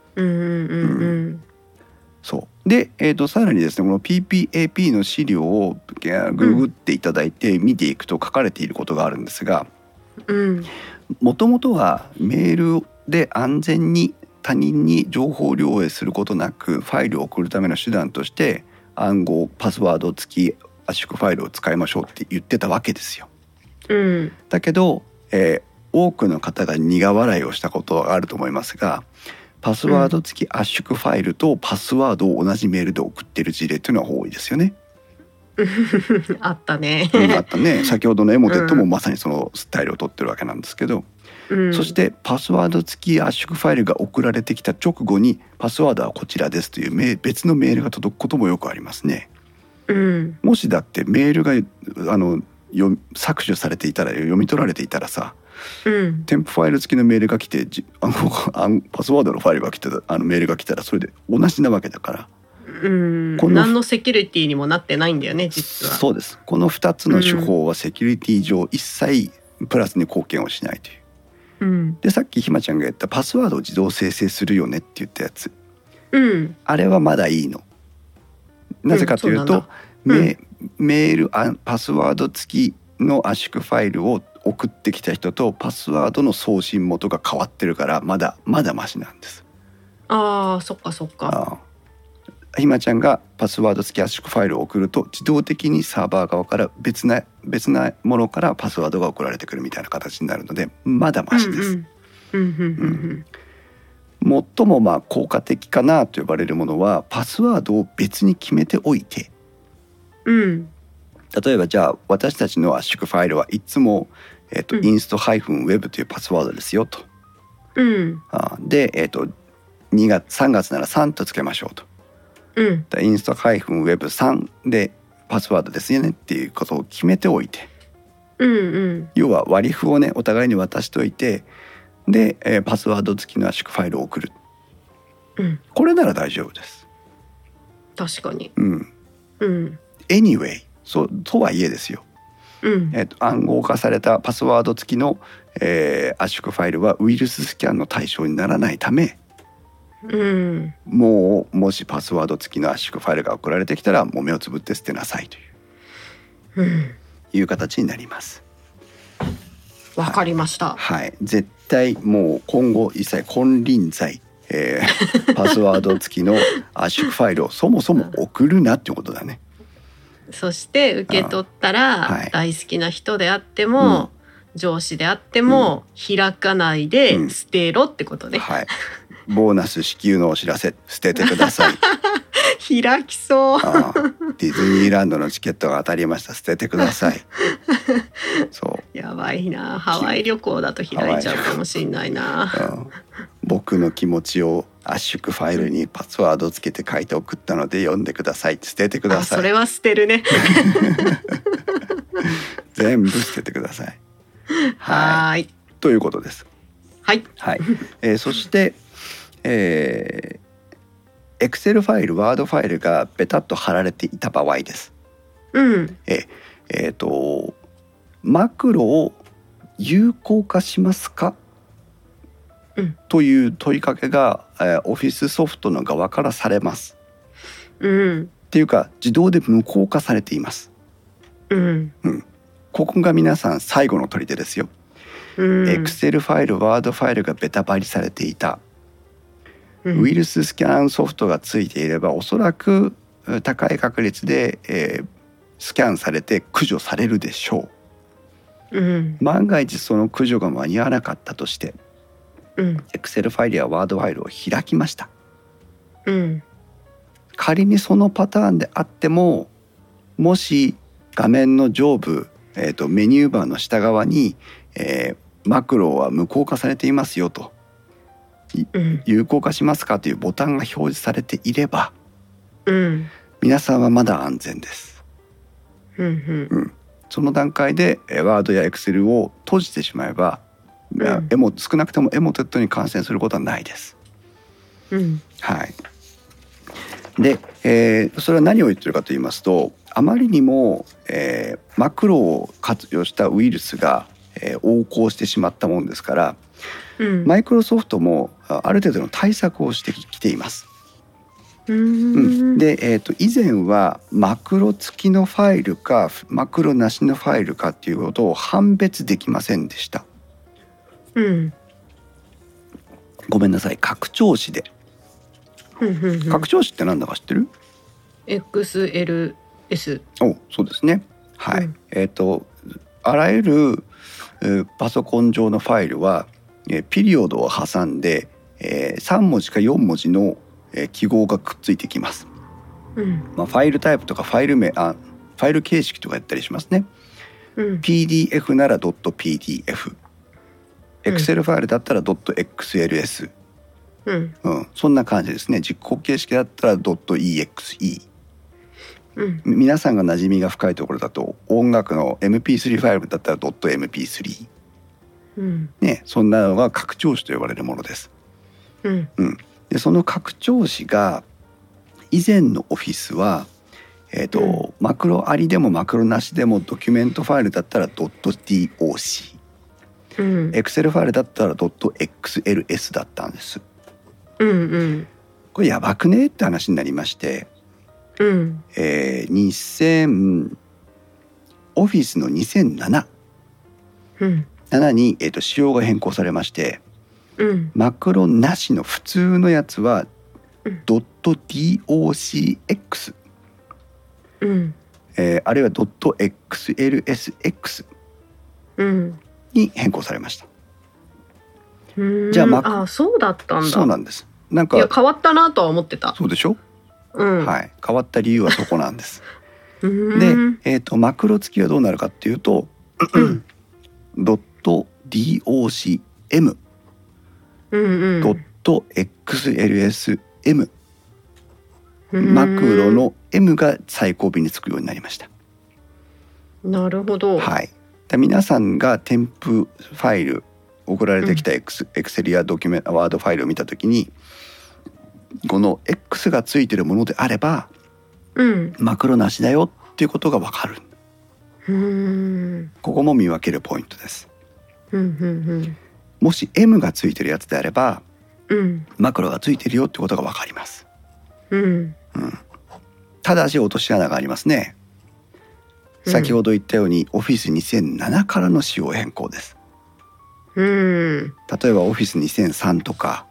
そうで、さらにですね、この PPAP の資料をググっていただいて見ていくと書かれていることがあるんですが、もともとはメールで安全に他人に情報漏洩することなくファイルを送るための手段として暗号パスワード付き圧縮ファイルを使いましょうって言ってたわけですよ。だけど、多くの方が苦笑いをしたことがあると思いますが、 パスワード付き圧縮ファイルとパスワードを同じメールで送ってる事例っていうのは多いですよね。
あったね。
あったね。先ほどのエモテットもまさにそのスタイルを取ってるわけなんですけど、そしてパスワード付き圧縮ファイルが送られてきた直後にパスワードはこちらですという別のメールが届くこともよくありますね。もしだってメールが削除されていたら、読み取られていたらさ、添付ファイル付きのメールが来てパスワードのファイルが来てメールが来たらそれで同じなわけだから、
何のセキュリティにもなってないんだよね実は。
そうです。この2つの手法はセキュリティ上一切プラスに貢献をしないという、でさっきひまちゃんが言ったパスワードを自動生成するよねって言ったやつ、あれはまだいいの。なぜかというと、メールパスワード付きの圧縮ファイルを送ってきた人とパスワードの送信元が変わってるからまだマシなんです。
そっかそっか。
ひまちゃんがパスワード付き圧縮ファイルを送ると自動的にサーバー側から別なものからパスワードが送られてくるみたいな形になるのでまだマシです。最も効果的かなと呼ばれるものはパスワードを別に決めておいて、例えばじゃあ私たちの圧縮ファイルはいつも、inst-web というパスワードですよと、で、3月なら3とつけましょうと、inst-web3 でパスワードですよねっていうことを決めておいて、要は割り符をねお互いに渡しといて、で、パスワード付きの圧縮ファイルを送る、これなら大丈夫です。
確かに。
anyway とはいえですよ、暗号化されたパスワード付きの、圧縮ファイルはウイルススキャンの対象にならないため、もしパスワード付きの圧縮ファイルが送られてきたらもう目をつぶって捨てなさいという形になります。
わかりました。
絶対もう今後一切金輪際、パスワード付きの圧縮ファイルをそもそも送るなっていうことだね。
そして受け取ったら大好きな人であっても、上司であっても、開かないで捨てろってことね。
ボーナス支給のお知らせ捨ててください。
開きそう。
ディズニーランドのチケットが当たりました。捨ててください。
やばいな。ハワイ旅行だと開いちゃうかもしれないな。
僕の気持ちを圧縮ファイルにパスワードつけて書いて送ったので読んでくださいって捨ててください。
それは捨てるね。
全部捨ててください。ということです。そしてExcel ファイル、Word ファイルがベタッと貼られていた場合です。マクロを有効化しますか、という問いかけが、オフィスソフトの側からされます。っていうか自動で無効化されています。ここが皆さん最後の砦ですよ。Excel ファイル、Word ファイルがベタ貼りされていた。ウイルススキャンソフトがついていればおそらく高い確率で、スキャンされて駆除されるでしょう。万が一その駆除が間に合わなかったとして、Excel ファイルや Word ファイルを開きました。仮にそのパターンであっても、もし画面の上部、メニューバーの下側に、マクロは無効化されていますよと、有効化しますかというボタンが表示されていれば、皆さんはまだ安全です。その段階でワードやエクセルを閉じてしまえば、少なくともエモテットに感染することはないです。で、それは何を言ってるかと言いますと、あまりにも、マクロを活用したウイルスが、横行してしまったものですから、マイクロソフトもある程度の対策をしてきています。で、以前はマクロ付きのファイルかマクロなしのファイルかっていうことを判別できませんでした。ごめんなさい、拡張子で。拡張子って何だか知ってる？
XLS。
そうですね。あらゆるパソコン上のファイルはピリオドを挟んで、 3文字か4文字の記号がくっついてきます。ファイルタイプとかファイル形式とかやったりしますね。PDF なら .pdf、Excel ファイルだったら .xls、そんな感じですね。実行形式だったら .exe、皆さんが馴染みが深いところだと音楽の MP3 ファイルだったら .mp3、ね、そんなのが拡張子と呼ばれるものです。でその拡張子が以前のオフィスは、マクロありでもマクロなしでもドキュメントファイルだったら .doc、Excel ファイルだったら .xls だったんです。これやばくねって話になりまして、2000オフィスの2007、に、仕様が変更されまして、マクロなしの普通のやつは、.docx、あるいは .xlsx に変更されました。
じゃあそうだったんだ。
そうなんです。なんか
いや変わったなとは思ってた。
そうでしょ、はい、変わった理由はそこなんです。で、マクロ付きはどうなるかっていうと.docm、.xlsm、マクロの M が最後尾につくようになりました。
なるほど。
はい。皆さんが添付ファイル送られてきた Excel やドキュメント、ワードファイルを見たときに、この X がついてるものであれば、マクロなしだよっていうことがわかる。ここも見分けるポイントです。もし M がついてるやつであれば、マクロがついてるよってことがわかります。ただし落とし穴がありますね。先ほど言ったように Office 2007からの仕様変更です。例えば Office 2003とか。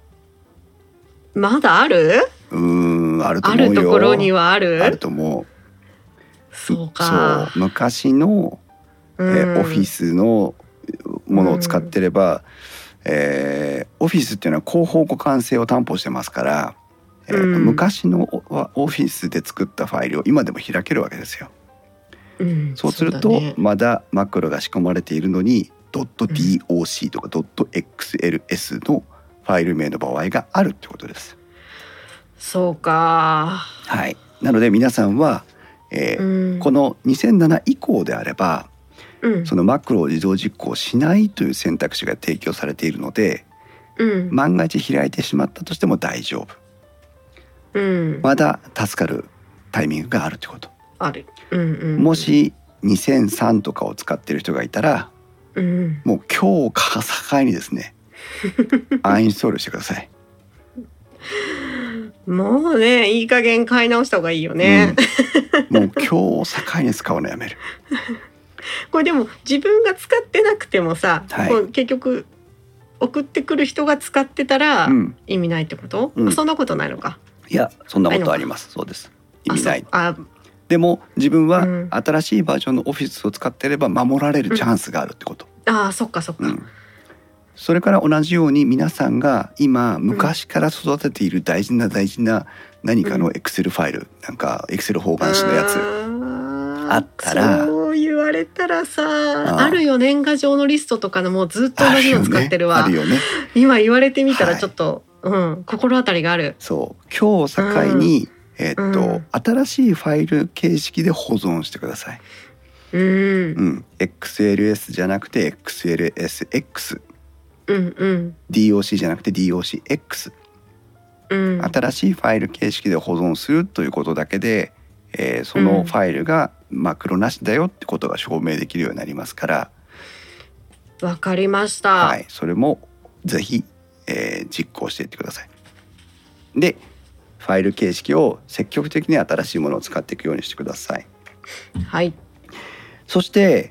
まだある？
あると思うよ。
あるところにはある？
あると思う。
そうか。
そう、昔の、Office のものを使ってれば、Office っていうのは広報互換性を担保してますから、昔のオフィスで作ったファイルを今でも開けるわけですよ。そうすると、まだマクロが仕込まれているのに .doc とか .xls のファイル名の場合があるってことです。
そうか。
はい。なので皆さんは、この2007以降であれば、そのマクロを自動実行しないという選択肢が提供されているので、万が一開いてしまったとしても大丈夫。まだ助かるタイミングがあるということ。
ある。
もし2003とかを使っている人がいたら、もう今日か境にですねアンインストールしてください。
もうね、いい加減買い直した方がいいよね。
もう今日を境に使うのやめる。
これでも自分が使ってなくてもさ、こう結局送ってくる人が使ってたら意味ないってこと？そんなことないのか。
いや、そんなことあります。そうです。意味ない。でも自分は新しいバージョンのオフィスを使っていれば守られるチャンスがあるってこと。
そっかそっか。
それから同じように皆さんが今昔から育てている大事な何かの Excel ファイル、なんか Excel 方眼紙のやつあったら、
そう言われたらさ、あるよ。年賀状のリストとかのもうずっと同じの使ってるわ。
あるよね。
今言われてみたらちょっと、心当たりがある。
そう、今日境に、新しいファイル形式で保存してください。XLS じゃなくて XLSX、DOC じゃなくて DOCX、新しいファイル形式で保存するということだけで、そのファイルがマクロなしだよってことが証明できるようになりますから。
わかりました。
はい、それもぜひ、実行していってください。で、ファイル形式を積極的に新しいものを使っていくようにしてください。
はい。
そして、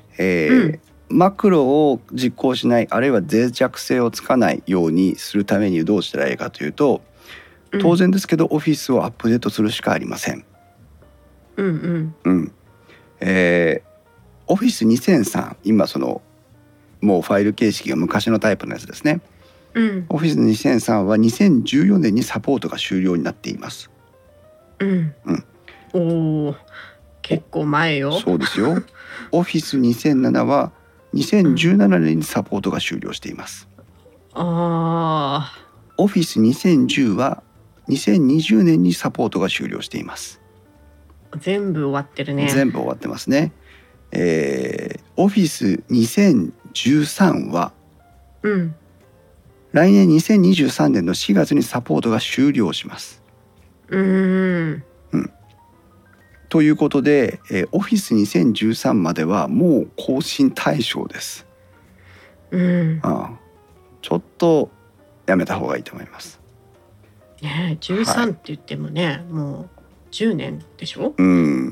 マクロを実行しない、あるいは脆弱性をつかないようにするためにどうしたらいいかというと、当然ですけどオフィスをアップデートするしかありません。オフィス2003、今そのもうファイル形式が昔のタイプのやつですね。
うん。
オフィス2003は2014年にサポートが終了になっています。
うん。おお、結構前よ。
そうですよ。オフィス2007は2017年にサポートが終了しています。
あ
オフィス2010は2020年にサポートが終了しています。
あ、全部終わってるね。
全部終わってますね。オフィス2013は
うん。
来年2023年の4月にサポートが終了します。ということで、オフィス2013まではもう更新対象です。
うん。
ちょっとやめた方がいいと思います。
ねえ、13って言ってもね、もう10年でしょ。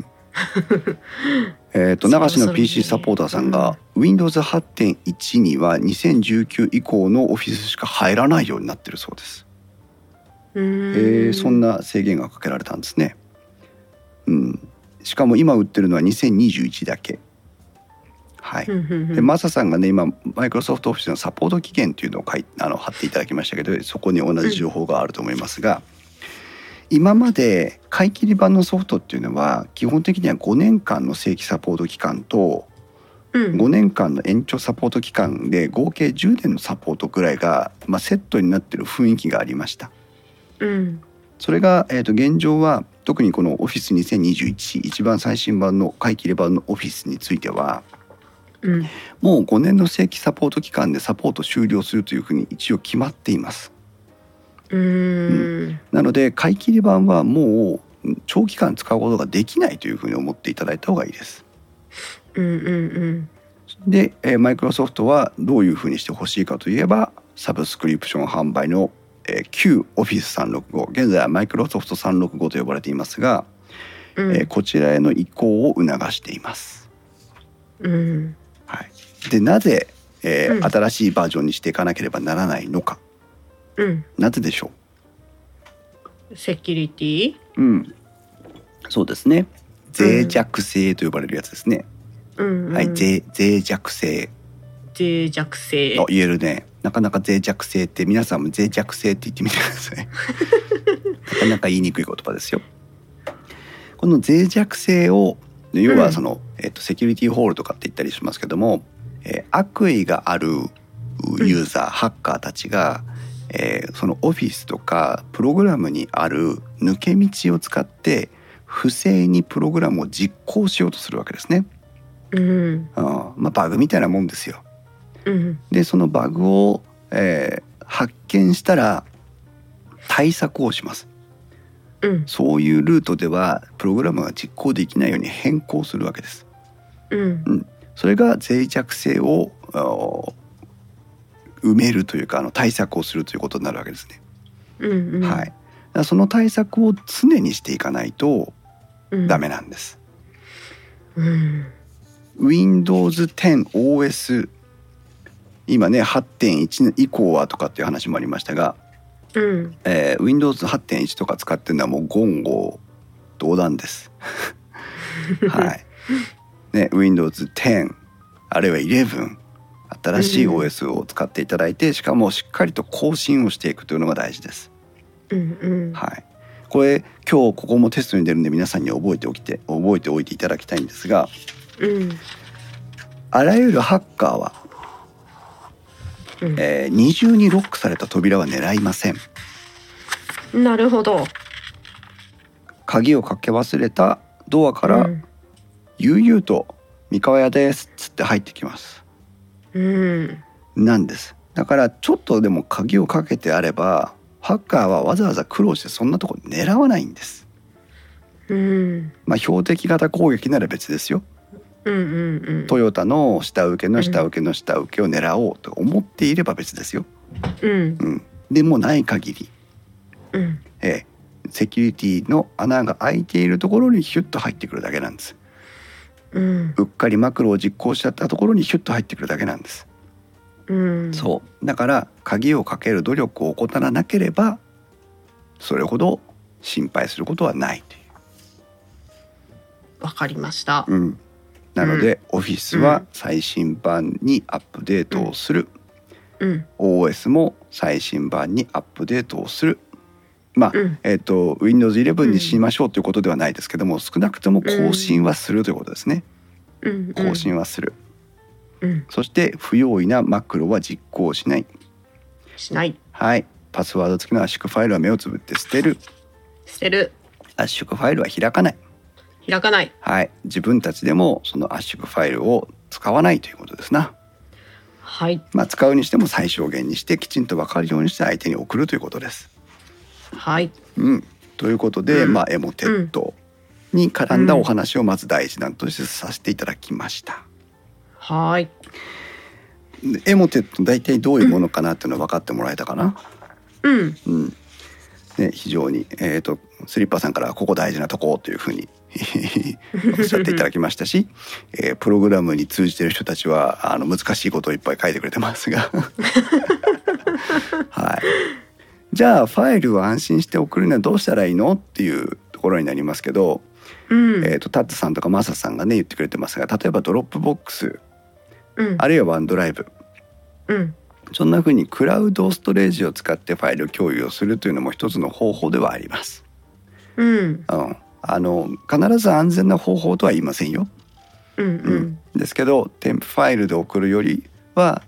長志の PC サポーターさんが、Windows 8.1 には2019以降のオフィスしか入らないようになってるそうです。そんな制限がかけられたんですね。しかも今売ってるのは2021だけ。はい。でマサさんがね、今マイクロソフトオフィスのサポート期限っていうのを貼っていただきましたけど、そこに同じ情報があると思いますが、今まで買い切り版のソフトっていうのは基本的には5年間の正規サポート期間と5年間の延長サポート期間で合計10年のサポートくらいが、セットになってる雰囲気がありました。それが、現状は特にこの Office 2021一番最新版の買い切り版の Office については、もう5年の正規サポート期間でサポート終了するというふうに一応決まっています。なので買い切り版はもう長期間使うことができないというふうに思っていただいた方がいいです。で、マイクロソフトはどういうふうにしてほしいかといえば、サブスクリプション販売の旧 Office 365、現在はマイクロソフト365と呼ばれていますが、こちらへの移行を促しています。はい、でなぜ、新しいバージョンにしていかなければならないのか、なぜでしょ
う。セキュリティ？
そうですね。脆弱性と呼ばれるやつですね。はい、脆弱性。
脆弱性。
言えるね。なかなか脆弱性って皆さんも脆弱性って言ってみてください。なかなか言いにくい言葉ですよ。この脆弱性を要はその、セキュリティホールとかって言ったりしますけども、悪意があるユーザー、ハッカーたちが、そのオフィスとかプログラムにある抜け道を使って不正にプログラムを実行しようとするわけですね。バグみたいなもんですよ。でそのバグを、発見したら対策をします。そういうルートではプログラムが実行できないように変更するわけです。それが脆弱性を埋めるというか、対策をするということになるわけですね。はい。だからその対策を常にしていかないとダメなんです。Windows 10 OS、 今ね 8.1 以降はとかっていう話もありましたが、Windows 8.1 とか使ってるのはもう言語道断です。はいね、Windows 10あるいは11、新しい OS を使っていただいて、しかもしっかりと更新をしていくというのが大事です。はい、これ今日ここもテストに出るんで皆さんに覚えておいていただきたいんですが、あらゆるハッカーは、二重にロックされた扉は狙いません。
なるほど。
鍵をかけ忘れたドアから悠々と三河屋ですっつって入ってきます。なんです。だからちょっとでも鍵をかけてあればハッカーはわざわざ苦労してそんなとこ狙わないんです。標的型攻撃なら別ですよ。トヨタの下請けの下請けの下請けを狙おうと思っていれば別ですよ。でもない限り、セキュリティの穴が開いているところにヒュッと入ってくるだけなんです。うっかりマクロを実行しちゃったところにヒュッと入ってくるだけなんです。そうだから鍵をかける努力を怠らなければそれほど心配することはないという。
わかりました。
なので、オフィスは最新版にアップデートをする。 OS も最新版にアップデートをする。まあ、Windows 11にしましょうということではないですけども、少なくとも更新はするということですね。更新はする。そして不用意なマクロは実行しない。はい。パスワード付きの圧縮ファイルは目をつぶって捨てる。圧縮ファイルは開かない。はい。自分たちでもその圧縮ファイルを使わないということですな。
はい。
まあ、使うにしても最小限にしてきちんと分かるようにして相手に送るということです。
はい。
ということで、まあ、エモテットに絡んだお話をまず第一弾としてさせていただきました。
はい。
エモテット大体どういうものかなっていうのは分かってもらえたかな。ね、非常に、スリッパさんからここ大事なとこというふうにおっしゃっていただきましたし、プログラムに通じている人たちは難しいことをいっぱい書いてくれてますがはい。じゃあファイルを安心して送るにはどうしたらいいのっていうところになりますけど、タッツさんとかマサさんがね言ってくれてますが、例えばドロップボックス、あるいはワンドライブ、そんな風にクラウドストレージを使ってファイル共有をするというのも一つの方法ではあります。必ず安全な方法とは言いませんよ。ですけど添付ファイルで送るよりは、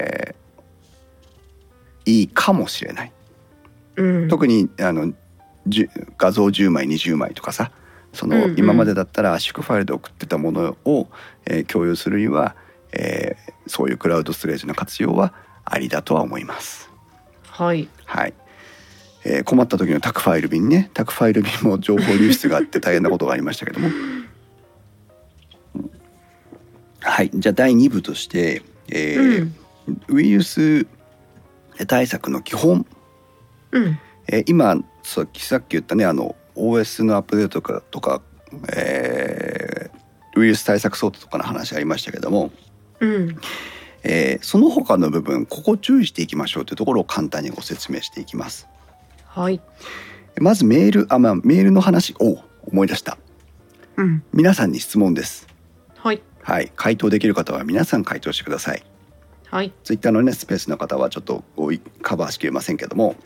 いいかもしれない。特に画像10枚20枚とかさ、今までだったら圧縮ファイルで送ってたものを、共有するには、そういうクラウドストレージの活用はありだとは思います。
はい。
困った時の宅ファイル便ね、宅ファイル便も情報流出があって大変なことがありましたけどもはい。じゃあ第2部として、ウイルス対策の基本、今さっき言ったねOS のアップデートとか、ウイルス対策ソートとかの話ありましたけども、その他の部分ここ注意していきましょうというところを簡単にご説明していきます。
はい。
まずメールの話を思い出した、皆さんに質問です。はい。回答できる方は皆さん回答してください。はい。ツイッターのねスペースの方はちょっとカバーしきれませんけども、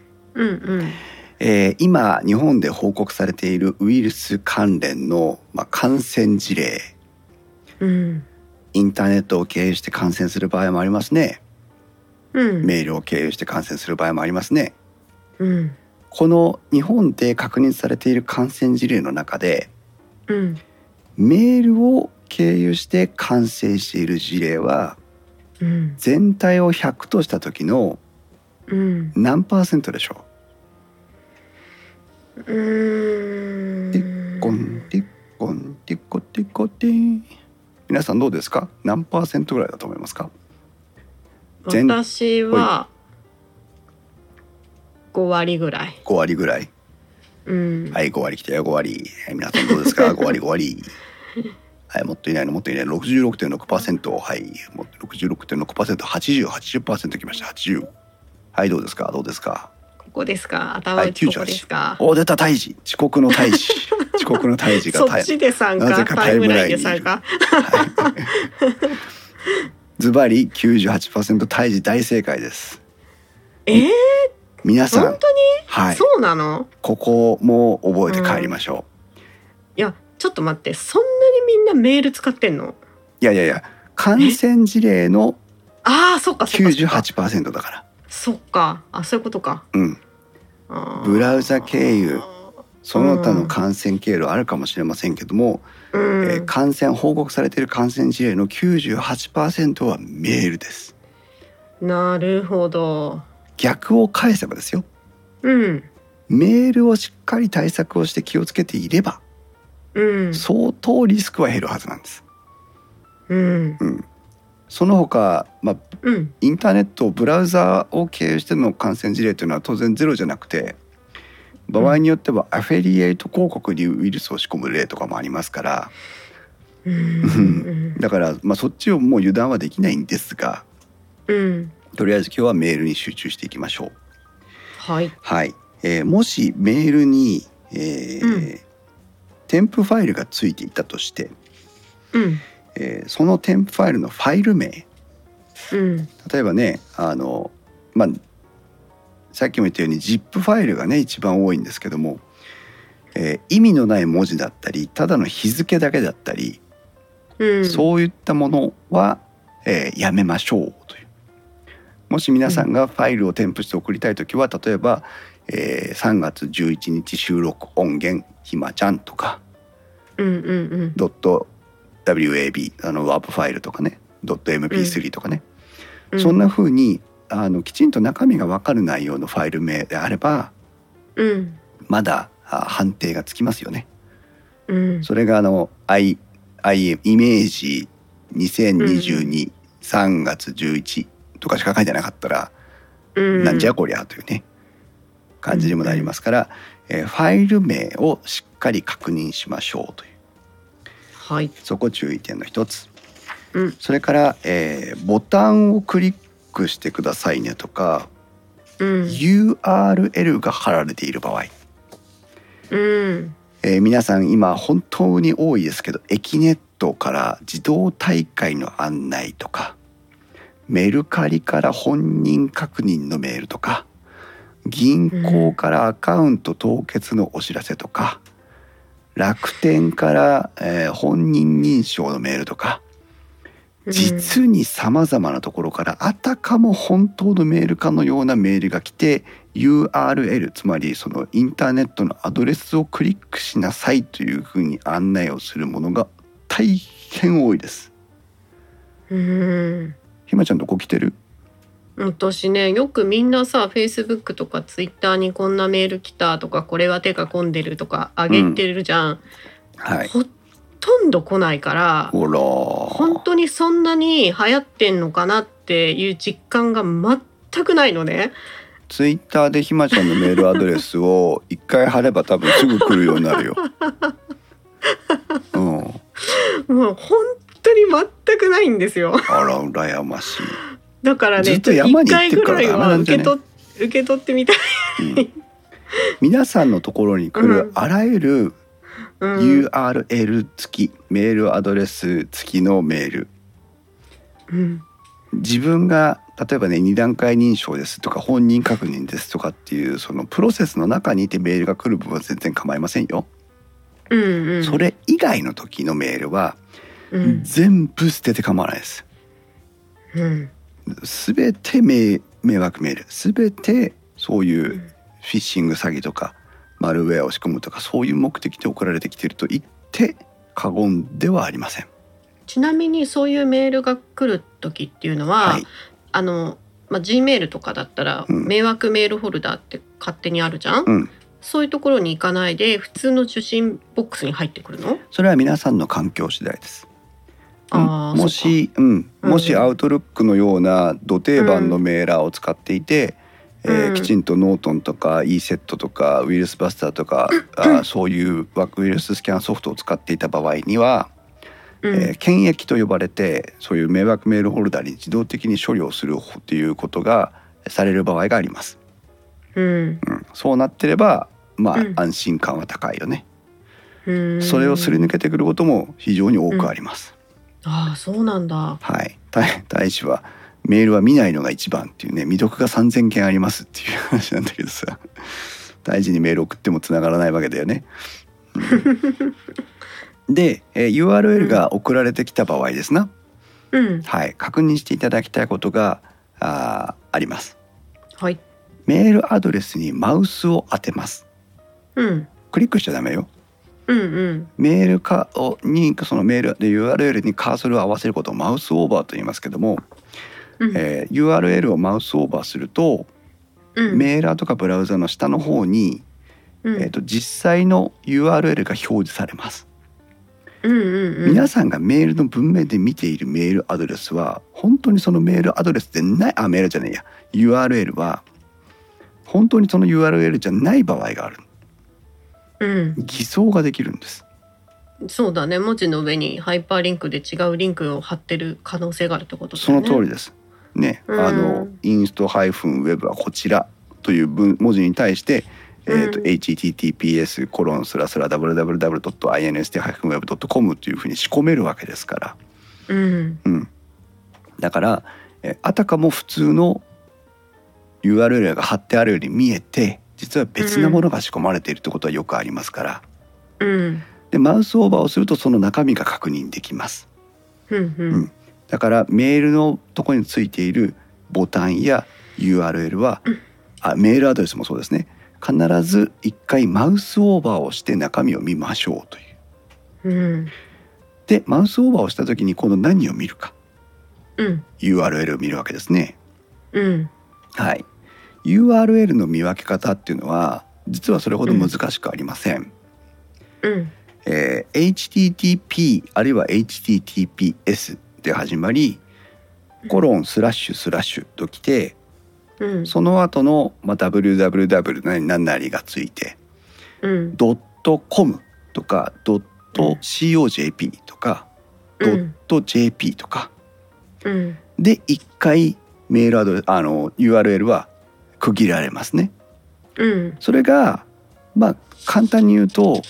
今日本で報告されているウイルス関連の、感染事例、インターネットを経由して感染する場合もありますね、メールを経由して感染する場合もありますね、この日本で確認されている感染事例の中で、メールを経由して感染している事例は、全体を100とした時の何%でしょう？ティッコンティッコンティッコティッコティ。皆さんどうですか？何%ぐらいだと思いますか？
私は5割ぐらい。
5割ぐらい。はい、5割来たよ、5割。皆さんどうですか？5割5割。はい、もっといないの、66.6%。はい、もっと 66.6%、80% きました。80。はい、どうですか？こ
こですか？頭打ちここですか？
お、出た胎児。遅刻の胎児が
そっちで参加、なぜかタイムラインで参加。
ズバリ 98% 胎児大正解です。皆さん
本当に、はい、そうなの？
ここも覚えて帰りましょう。
いやちょっと待って、そんなにみんなメール使ってんの？
いや感染事例の
そっか
98% だから。
そっか、そういうことか。
ブラウザ経由、その他の感染経路あるかもしれませんけども、報告されている感染事例の 98% はメールです。
なるほど。
逆を返せばですよ、メールをしっかり対策をして気をつけていれば、相当リスクは減るはずなんです。その他、インターネットブラウザを経由しての感染事例というのは当然ゼロじゃなくて、場合によってはアフィリエイト広告にウイルスを仕込む例とかもありますから、だから、そっちをもう油断はできないんですが、とりあえず今日はメールに集中していきましょう。はい、もしメールに、添付ファイルがついていたとして、その添付ファイルのファイル名、例えばねさっきも言ったように ZIP ファイルがね一番多いんですけども、意味のない文字だったりただの日付だけだったり、そういったものは、やめましょうという。もし皆さんがファイルを添付して送りたいときは、例えば、3月11日収録音源ひまちゃんとか、.wab ワープファイルとかね .mp3 とかね、そんな風にきちんと中身が分かる内容のファイル名であれば、まだ判定がつきますよね。それがイメージ2022、3月11とかしか書いてなかったら、なんじゃこりゃというね感じにもなりますから、ファイル名をしっかり確認しましょうという、
はい、
そこ注意点の一つ。それから、ボタンをクリックしてくださいねとか、URL が貼られている場合、皆さん今本当に多いですけど、エキネットから自動大会の案内とか、メルカリから本人確認のメールとか、銀行からアカウント凍結のお知らせとか、楽天から、本人認証のメールとか、実にさまざまなところからあたかも本当のメールかのようなメールが来て、 URL つまりそのインターネットのアドレスをクリックしなさいというふうに案内をするものが大変多いです。ひまちゃんどこ来てる？
私ね、よくみんなさ Facebook とか Twitter にこんなメール来たとか、これは手が込んでるとかあげてるじゃん、
はい、
ほとんど来ないから、
ほら
本当にそんなに流行ってんのかなっていう実感が全くないのね。
ツイッターでひまちゃんのメールアドレスを一回貼れば多分すぐ来るようになるよ。
もう本当に全くないんですよ。
あら羨ましい。
だからね、
ずっと山に行ってるからダメなんじゃね。
受け取ってみたい、
皆さんのところに来るあらゆる URL 付き、メールアドレス付きのメール、自分が例えばね2段階認証ですとか本人確認ですとかっていうそのプロセスの中にいてメールが来る部分は全然構いませんよ。それ以外の時のメールは全部捨てて構わないです。すべて迷惑メール、すべてそういうフィッシング詐欺とかマルウェアを仕込むとか、そういう目的で送られてきていると言って過言ではありません。
ちなみにそういうメールが来る時っていうのは、Gmail とかだったら、迷惑メールフォルダって勝手にあるじゃん、そういうところに行かないで普通の受信ボックスに入ってくるの？
それは皆さんの環境次第です。もしアウトルックのようなド定番のメーラーを使っていて、きちんとノートンとか e セットとかウイルスバスターとか、そういうウイルススキャンソフトを使っていた場合には、検疫と呼ばれてそういう迷惑メールホルダーに自動的に処理をするっていうことがされる場合があります。そうなってれば安心感は高いよね。それをすり抜けてくることも非常に多くあります。
そうなんだ。
はい、大使はメールは見ないのが一番っていうね、未読が3000件ありますっていう話なんだけどさ、大使にメール送っても繋がらないわけだよね。で、URL が送られてきた場合ですな、確認していただきたいことがあります。メールアドレスにマウスを当てます。クリックしちゃダメよ。メールにそのメールで URL にカーソルを合わせることをマウスオーバーと言いますけども、URL をマウスオーバーすると、メーラーとかブラウザの下の方に、実際の URL が表示されます。皆さんがメールの文面で見ているメールアドレスは本当にそのメールアドレスでない、メールじゃないや URL は本当にその URL じゃない場合がある。偽装ができるんです。
そうだね、文字の上にハイパーリンクで違うリンクを貼ってる可能性があるってことだよね。
その通りですね。インスト-web はこちらという文字に対して、https://www.inst-web.com というふうに仕込めるわけですから、だからあたかも普通の URL が貼ってあるように見えて、実は別なものが仕込まれているってことはよくありますから、
うん、
でマウスオーバーをするとその中身が確認できます。
うんうん、
だからメールのところについているボタンや URL は、メールアドレスもそうですね、必ず一回マウスオーバーをして中身を見ましょうという、
うん、
でマウスオーバーをした時に今度何を見るか、
うん、
URL を見るわけですね。
うん、
はい、URL の見分け方っていうのは実はそれほど難しくありません。
うん、
HTTP あるいは HTTPS で始まりコロンスラッシュスラッシュときて、
うん、
その後の、www 何なりがついて、
うん、
.com とか .cojp とか、.jp とか、
うん、
で一回メールアドレスURL は区切られますね。
うん、
それが簡単に言うと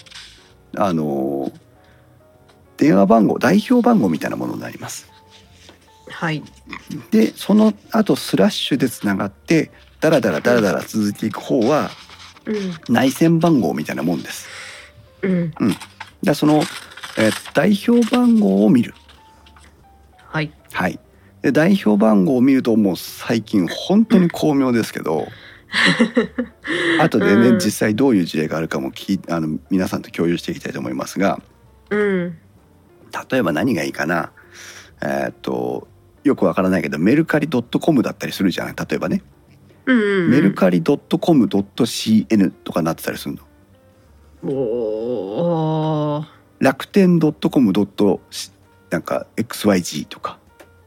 電話番号、代表番号みたいなものになります。
はい。
でその後スラッシュでつながってダラダラ続いていく方は、内線番号みたいなもんです。だその、代表番号を見る。
はい。
はい。で代表番号を見るともう最近本当に巧妙ですけど、後でね、実際どういう事例があるかも皆さんと共有していきたいと思いますが、例えば何がいいかな、よくわからないけどメルカリ .com だったりするじゃない、例えばね、メルカリ .com.cn とかなってたりするの。
おー。
楽天 .com. なんか XYG とか。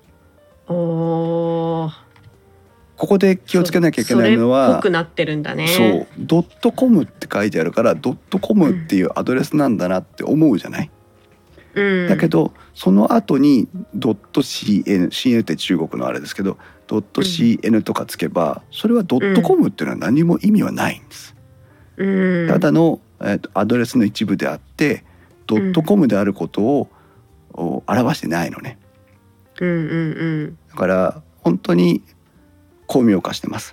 おー。
ここで気をつけなきゃいけないのは、
それっぽくなってるんだね。
そう、.com って書いてあるから.com っていうアドレスなんだなって思うじゃない、だけどその後に .cn って中国のあれですけど .cn とかつけば、それは .com っていうのは何も意味はないんです、ただの、アドレスの一部であって .com であることを表してないのね、だから本当に巧妙化してます、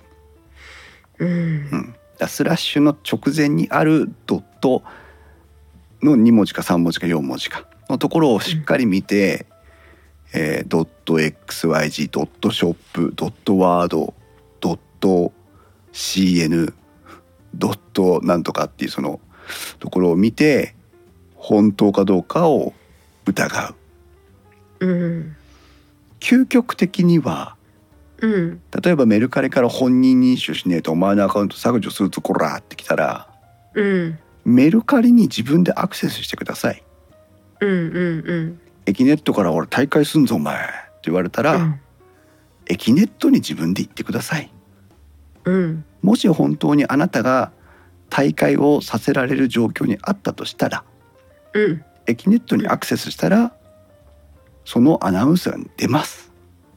スラッシュの直前にあるドットの2文字か3文字か4文字かのところをしっかり見て、ドット XYG ドットショップドットワードドット CN ドットなんとかっていうそのところを見て本当かどうかを疑う、究極的には例えばメルカリから本人認証しねえとお前のアカウント削除するぞこらってきたら、メルカリに自分でアクセスしてください、エキネットから俺退会すんぞお前って言われたら、エキネットに自分で言ってください、もし本当にあなたが退会をさせられる状況にあったとしたら、エキネットにアクセスしたらそのアナウンスが出ます、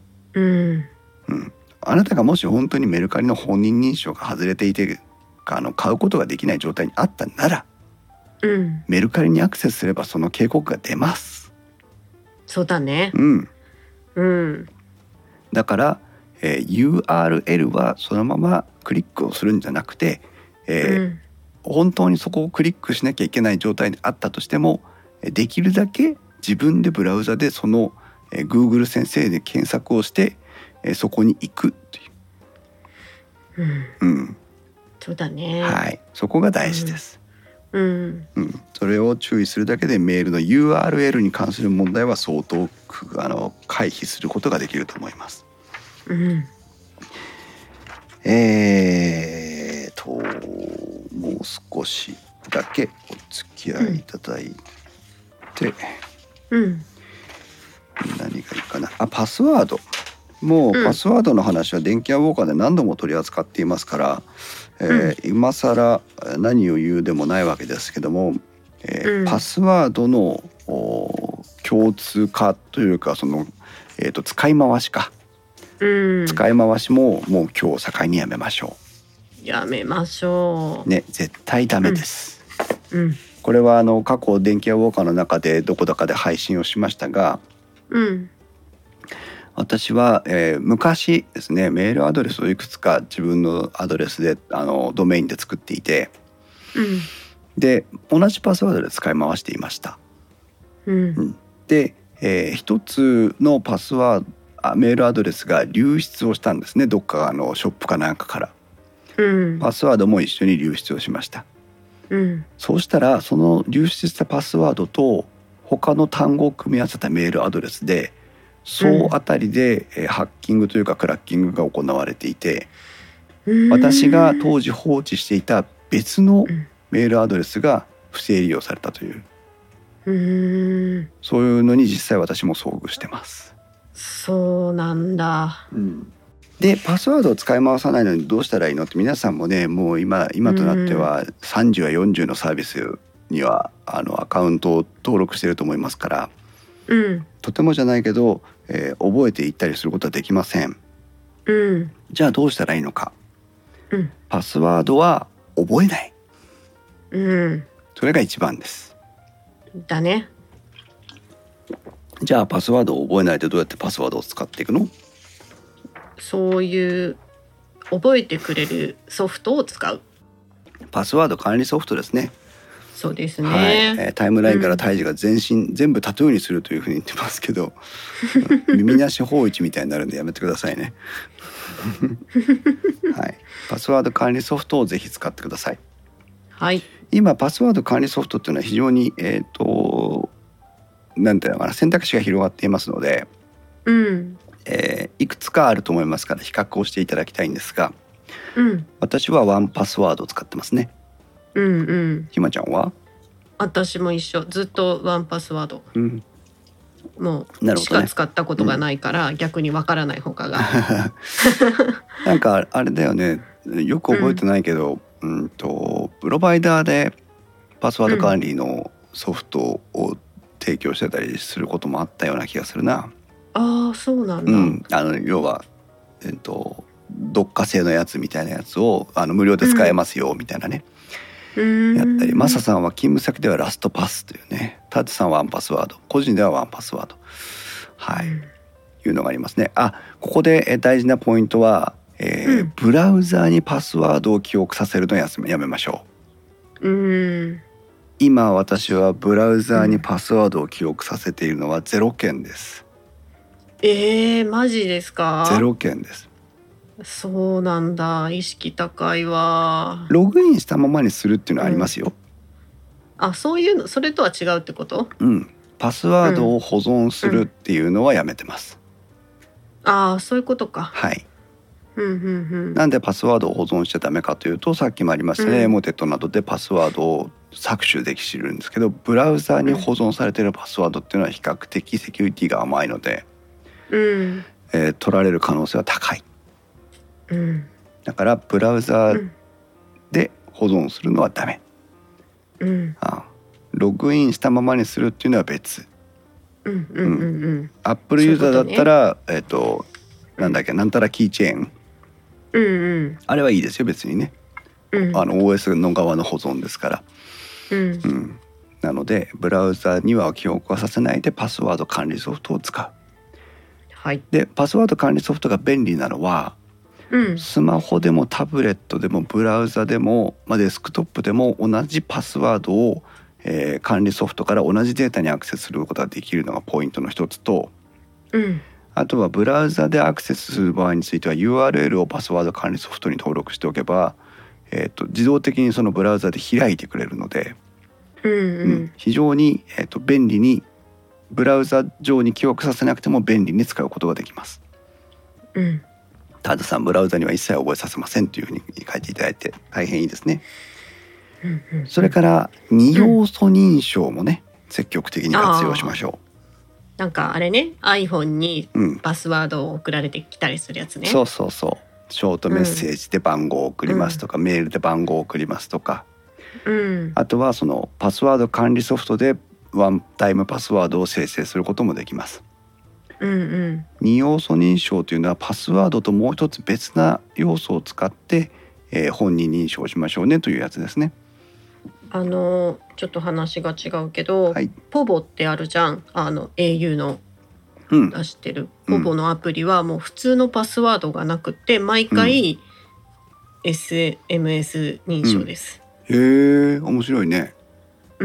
あなたがもし本当にメルカリの本人認証が外れていて買うことができない状態にあったなら、メルカリにアクセスすればその警告が出ます。
そうだね。
だから、URL はそのままクリックをするんじゃなくて、本当にそこをクリックしなきゃいけない状態にあったとしても、できるだけ自分でブラウザでその、Google 先生で検索をしてそこに行くっていう、
そうだね、
はい、そこが大事です、それを注意するだけでメールの URL に関する問題は相当回避することができると思います、もう少しだけお付き合いいただいて、何がいいかな、パスワードもうパスワードの話は電気屋ウォーカーで何度も取り扱っていますから、今更何を言うでもないわけですけども、パスワードの共通化というかその、使い回しか、使い回しももう今日境にやめましょ
う。やめましょう。
ね、絶対ダメです。これは過去電気屋ウォーカーの中でどこだかで配信をしましたが、 私は、昔ですね、メールアドレスをいくつか自分のアドレスでドメインで作っていて、で同じパスワードで使い回していました。で、一つのパスワードメールアドレスが流出をしたんですね。どっかショップかなんかから、パスワードも一緒に流出をしました。そうしたらその流出したパスワードと他の単語を組み合わせたメールアドレスで総当たりで、ハッキングというかクラッキングが行われていて、私が当時放置していた別のメールアドレスが不正利用されたという、そういうのに実際私も遭遇してます。
そうなんだ。
でパスワードを使い回さないのにどうしたらいいのって、皆さんもね、もう今となっては30や40のサービスにはアカウントを登録していると思いますから、とてもじゃないけど、覚えていったりすることはできません。じゃあどうしたらいいのか。パスワードは覚えない。それが一番です。
だね。
じゃあパスワードを覚えないでどうやってパスワードを使っていくの？
そういう覚えてくれるソフトを使う。
パスワード管理ソフトですね。
そうですね。
タイムラインから胎児が全部タトゥーにするというふうに言ってますけど、耳なし法一みたいになるんでやめてくださいね。パスワード管理ソフトをぜひ使ってください。今パスワード管理ソフトっていうのは非常になんていうのかな、選択肢が広がっていますので、いくつかあると思いますから比較をしていただきたいんですが、私はワンパスワードを使ってますね。ひまちゃんは？
私も一緒。ずっとワンパスワード。もうしか使ったことがないから、逆にわからない他が。
なんかあれだよね、よく覚えてないけど、プロバイダーでパスワード管理のソフトを提供してたりすることもあったような気がするな。
そうなんだ。
要はどっか製のやつみたいなやつを無料で使えますよみたいなね、やったり、マサさんは勤務先ではラストパスというね、タツさんはワンパスワード、個人ではワンパスワード、いうのがありますね。ここで大事なポイントは、ブラウザーにパスワードを記憶させるのをやめましょう。今私はブラウザーにパスワードを記憶させているのは0件です。
マジですか
？0件です。
そうなんだ。意識高いわ。
ログインしたままにするっていうのはありますよ。
そういうの、それとは違うってこと？
パスワードを保存するっていうのはやめてます。
そういうことか。
なんでパスワードを保存しちゃダメかというと、さっきもありましたね、エモテットなどでパスワードを搾取できるんですけど、ブラウザーに保存されているパスワードっていうのは比較的セキュリティが甘いので、取られる可能性は高い。だからブラウザーで保存するのはダメ。ログインしたままにするっていうのは別。アップルユーザーだったら、なんだっけ、なんたらキーチェーン、あれはいいですよ別にね。OS の側の保存ですから。なのでブラウザには記憶はさせないでパスワード管理ソフトを使う。でパスワード管理ソフトが便利なのは、スマホでもタブレットでもブラウザでも、デスクトップでも同じパスワードを、管理ソフトから同じデータにアクセスすることができるのがポイントの一つと、あとはブラウザでアクセスする場合については URL をパスワード管理ソフトに登録しておけば、自動的にそのブラウザで開いてくれるので、非常に、便利にブラウザ上に記憶させなくても便利に使うことができます。タズさん、ブラウザには一切覚えさせませんというふうに書いていただいて大変いいですね。それから二要素認証もね、積極的に活用しましょう。
なんかあれね、 iPhone にパスワードを送られてきたりするやつね。
そうショートメッセージで番号を送りますとか、メールで番号を送りますとか、あとはそのパスワード管理ソフトでワンタイムパスワードを生成することもできます。二要素認証というのはパスワードともう一つ別な要素を使って、本人認証しましょうねというやつですね。
ちょっと話が違うけど、ポボってあるじゃん、au の出してるポポのアプリはもう普通のパスワードがなくて毎回 SMS 認証です。
へえ、面白いね。
うん。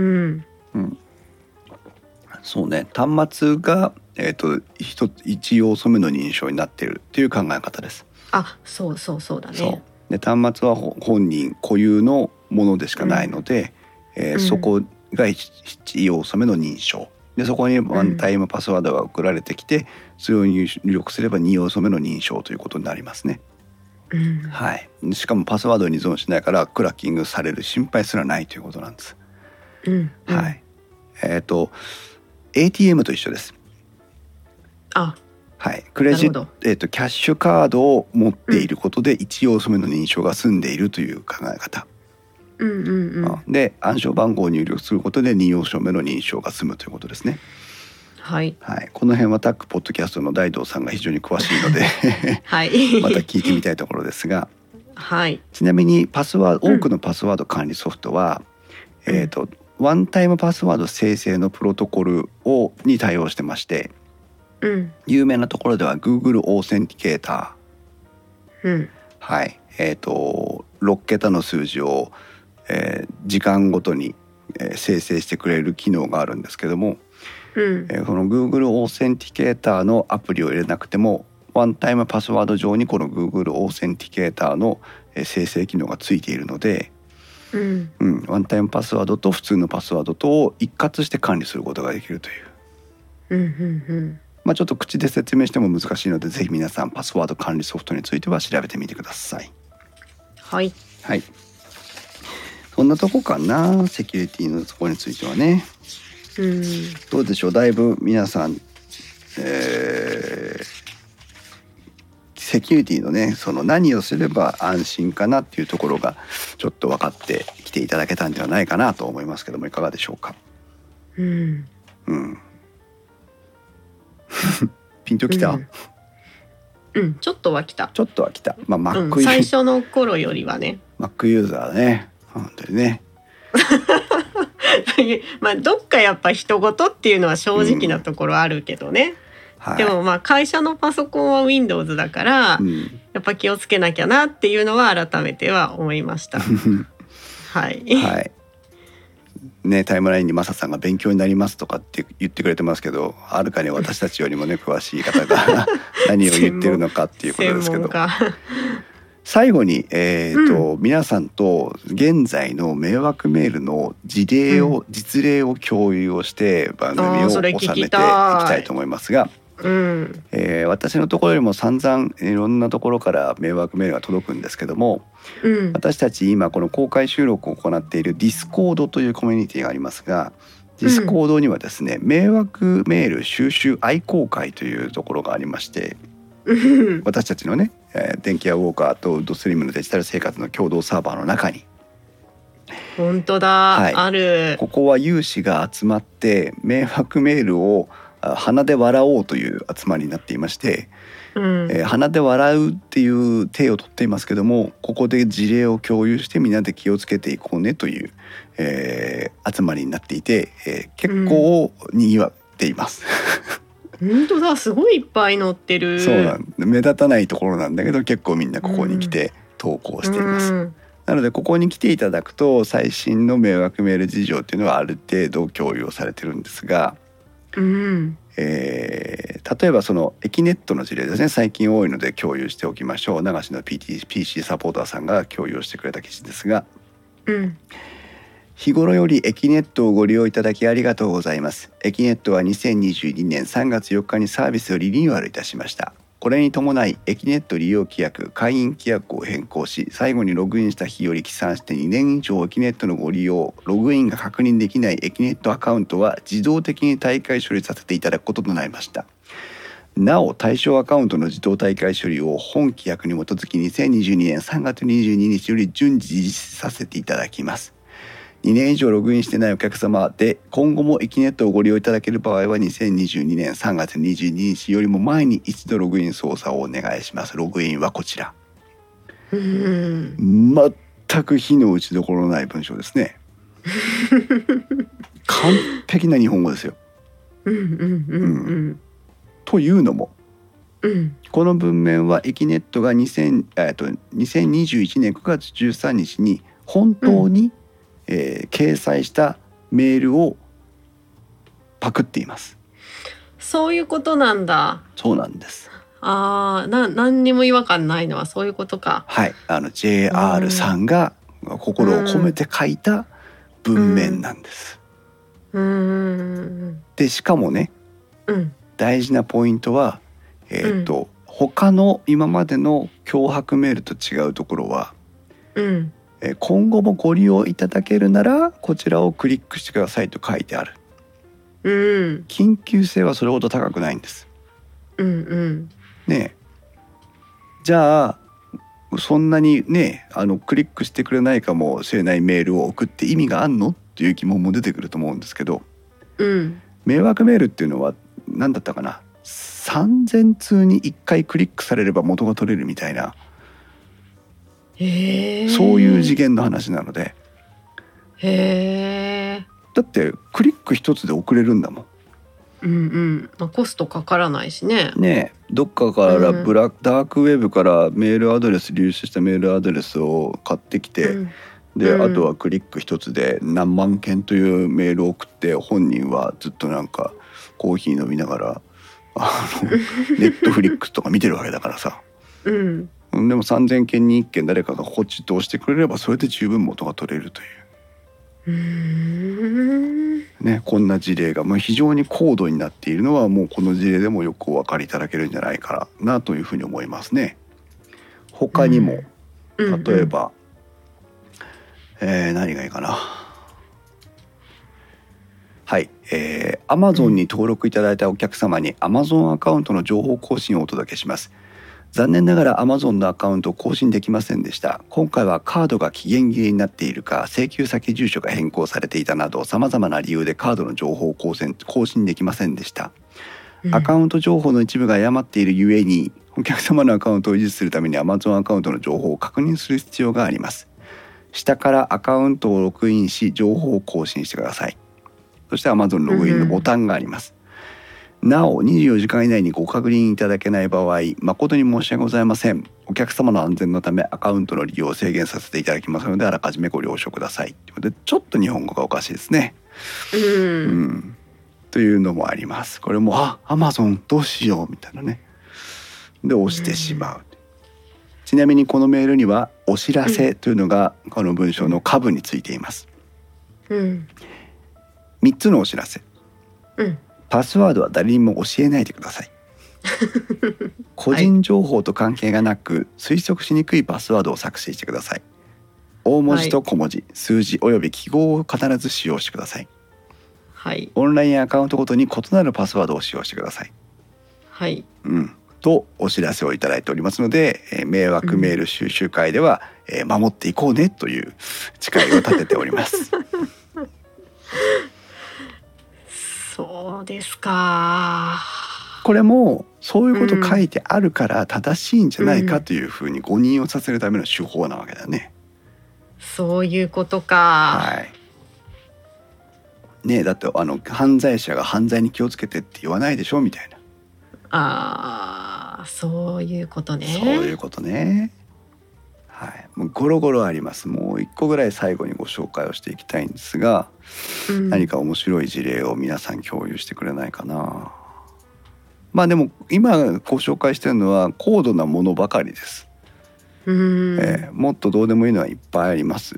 そうね、端末が1要素目の認証になっているっていう考え方です。
あ、そうだね。
そうで、端末は本人固有のものでしかないので、そこが1要素目の認証で、そこにワンタイムパスワードが送られてきて、それを入力すれば2要素目の認証ということになりますね。はい、しかもパスワードに依存しないからクラッキングされる心配すらないということなんです。はい。ATM と一緒です。はい、クレジット、キャッシュカードを持っていることで1要素目の認証が済んでいるという考え方。で、暗証番号を入力することで2要素目の認証が済むということですね。はい、この辺はタックポッドキャストの大道さんが非常に詳しいのでまた聞いてみたいところですが、ちなみに多くのパスワード管理ソフトは、ワンタイムパスワード生成のプロトコルに対応してまして、有名なところでは Google オーセンティケーター、6桁の数字を、時間ごとに、生成してくれる機能があるんですけども、この Google オーセンティケーターのアプリを入れなくてもワンタイムパスワード上にこの Google オーセンティケーターの生成機能がついているので、ワンタイムパスワードと普通のパスワードとを一括して管理することができるという。ちょっと口で説明しても難しいので、ぜひ皆さんパスワード管理ソフトについては調べてみてください。はい。そんなとこかな、セキュリティのところについてはね。どうでしょう、だいぶ皆さん、セキュリティのね、その何をすれば安心かなっていうところがちょっと分かってきていただけたんではないかなと思いますけども、いかがでしょうか。ピンときた？
ちょっとはきた。
Mac
最初の頃よりはね。
Mac ユーザーね、本当にね。
どっかやっぱ人事っていうのは正直なところあるけどね。でも会社のパソコンは Windows だから、やっぱ気をつけなきゃなっていうのは改めては思いました。
ね、タイムラインにマサさんが勉強になりますとかって言ってくれてますけど、はるかに私たちよりもね詳しい方が何を言ってるのかっていうことですけど最後に、皆さんと現在の迷惑メールの実例を共有をして番組を収めていきたいと思いますが、私のところよりも散々いろんなところから迷惑メールが届くんですけども、私たち今この公開収録を行っている Discord というコミュニティがありますが、Discord にはですね、迷惑メール収集愛好会というところがありまして、私たちのね、電気屋ウォーカーとウッドストリームのデジタル生活の共同サーバーの中に、
本当だ、ある。
ここは有志が集まって迷惑メールを鼻で笑おうという集まりになっていまして、鼻で笑うっていう体をとっていますけども、ここで事例を共有してみんなで気をつけていこうねという、集まりになっていて、結構にぎわっています
本当だ、すごいいっぱい載ってる。
そうなん目立たないところなんだけど、結構みんなここに来て投稿しています。なのでここに来ていただくと最新の迷惑メール事情っていうのはある程度共有されてるんですが、例えばそのエキネットの事例ですね、最近多いので共有しておきましょう。流しの PC サポーターさんが共有してくれた記事ですが、日頃よりエキネットをご利用いただきありがとうございます。エキネットは2022年3月4日にサービスをリニューアルいたしました。これに伴いエキネット利用規約、会員規約を変更し、最後にログインした日より起算して2年以上エキネットのご利用、ログインが確認できないエキネットアカウントは自動的に退会処理させていただくこととなりました。なお対象アカウントの自動退会処理を本規約に基づき2022年3月22日より順次実施させていただきます。2年以上ログインしてないお客様で今後もエキネットをご利用いただける場合は2022年3月22日よりも前に一度ログイン操作をお願いします。ログインはこちら。全く非の打ちどころのない文章ですね完璧な日本語ですよ。 というのも、
うん、
この文面はエキネットが2021年9月13日に本当に、掲載したメールをパクっています。
そういうことなんだ。
そうなんです。
何にも違和感ないのはそういうことか。
はい、JR さんが心を込めて書いた文面なんです。でしかもね、大事なポイントは、他の今までの脅迫メールと違うところは、今後もご利用いただけるならこちらをクリックしてくださいと書いてある。緊急性はそれほど高くないんです。ねえ、じゃあそんなにねクリックしてくれないかもしれないメールを送って意味があんのっていう疑問も出てくると思うんですけど、迷惑メールっていうのは何だったかな、3000通に1回クリックされれば元が取れるみたいな、そういう次元の話なので、だってクリック一つで送れるんだもん。
コストかからないしね。
どっかからダークウェブからメールアドレス、流出したメールアドレスを買ってきて、であとはクリック一つで何万件というメールを送って、本人はずっとなんかコーヒー飲みながらネットフリックスとか見てるわけだからさ、でも3000件に1件誰かがポチッと押してくれればそれで十分元が取れるという、こんな事例が非常に高度になっているのはもうこの事例でもよくお分かりいただけるんじゃないかなというふうに思いますね。他にも例えば、何がいいかな。はい、Amazon に登録いただいたお客様に Amazon アカウントの情報更新をお届けします。残念ながら Amazon のアカウントを更新できませんでした。今回はカードが期限切れになっているか、請求先住所が変更されていたなど様々な理由でカードの情報を更新できませんでした。アカウント情報の一部が誤っているゆえに、お客様のアカウントを維持するために Amazon アカウントの情報を確認する必要があります。下からアカウントをログインし情報を更新してください。そして Amazon ログインのボタンがあります。なお24時間以内にご確認いただけない場合、誠に申し訳ございません。お客様の安全のためアカウントの利用を制限させていただきますので、あらかじめご了承ください。ということでちょっと日本語がおかしいですね。というのもあります。これもAmazon どうしようみたいなね。で押してしまう。ちなみにこのメールにはお知らせというのがこの文章の下部についています。3つのお知らせ。パスワードは誰にも教えないでください。個人情報と関係がなく、推測しにくいパスワードを作成してください。大文字と小文字、数字および記号を必ず使用してください。オンラインアカウントごとに異なるパスワードを使用してください。とお知らせをいただいておりますので、迷惑メール収集会では、守っていこうねという誓いを立てております。
そうですか。
これもそういうこと書いてあるから正しいんじゃないかというふうに誤認をさせるための手法なわけだね。
そういうことか。
だって犯罪者が犯罪に気をつけてって言わないでしょみたい
な。そういうことね。
そういうことね。もうゴロゴロあります。もう一個ぐらい最後にご紹介をしていきたいんですが、何か面白い事例を皆さん共有してくれないかな。でも今ご紹介してるのは高度なものばかりです。もっとどうでもいいのはいっぱいあります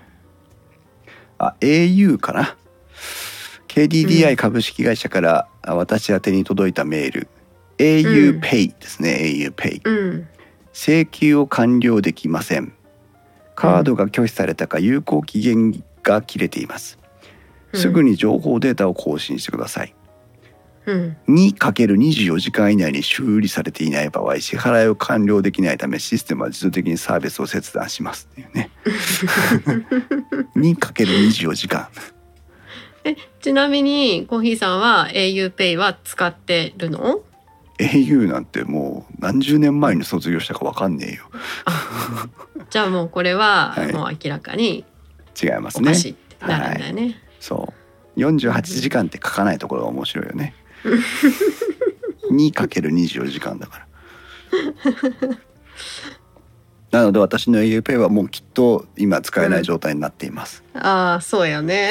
。au かな。KDDI 株式会社から私宛てに届いたメール、auPay ですね。auPay、請求を完了できません。カードが拒否されたか有効期限が切れています。すぐに情報データを更新してください。2×24 時間以内に修理されていない場合、支払いを完了できないためシステムは自動的にサービスを切断しますっていうね。2×24 時間。
ちなみにコーヒーさんは auPay は使ってるの
？au なんてもう何十年前に卒業したか分かんねえよ。
じゃあもうこれはもう明らかに
違いますね。
おかしいってなるんだよね。
そう48時間って書かないところが面白いよね。 2×24 時間だからなので私の auPay はもうきっと今使えない状態になっています、
ああそうやね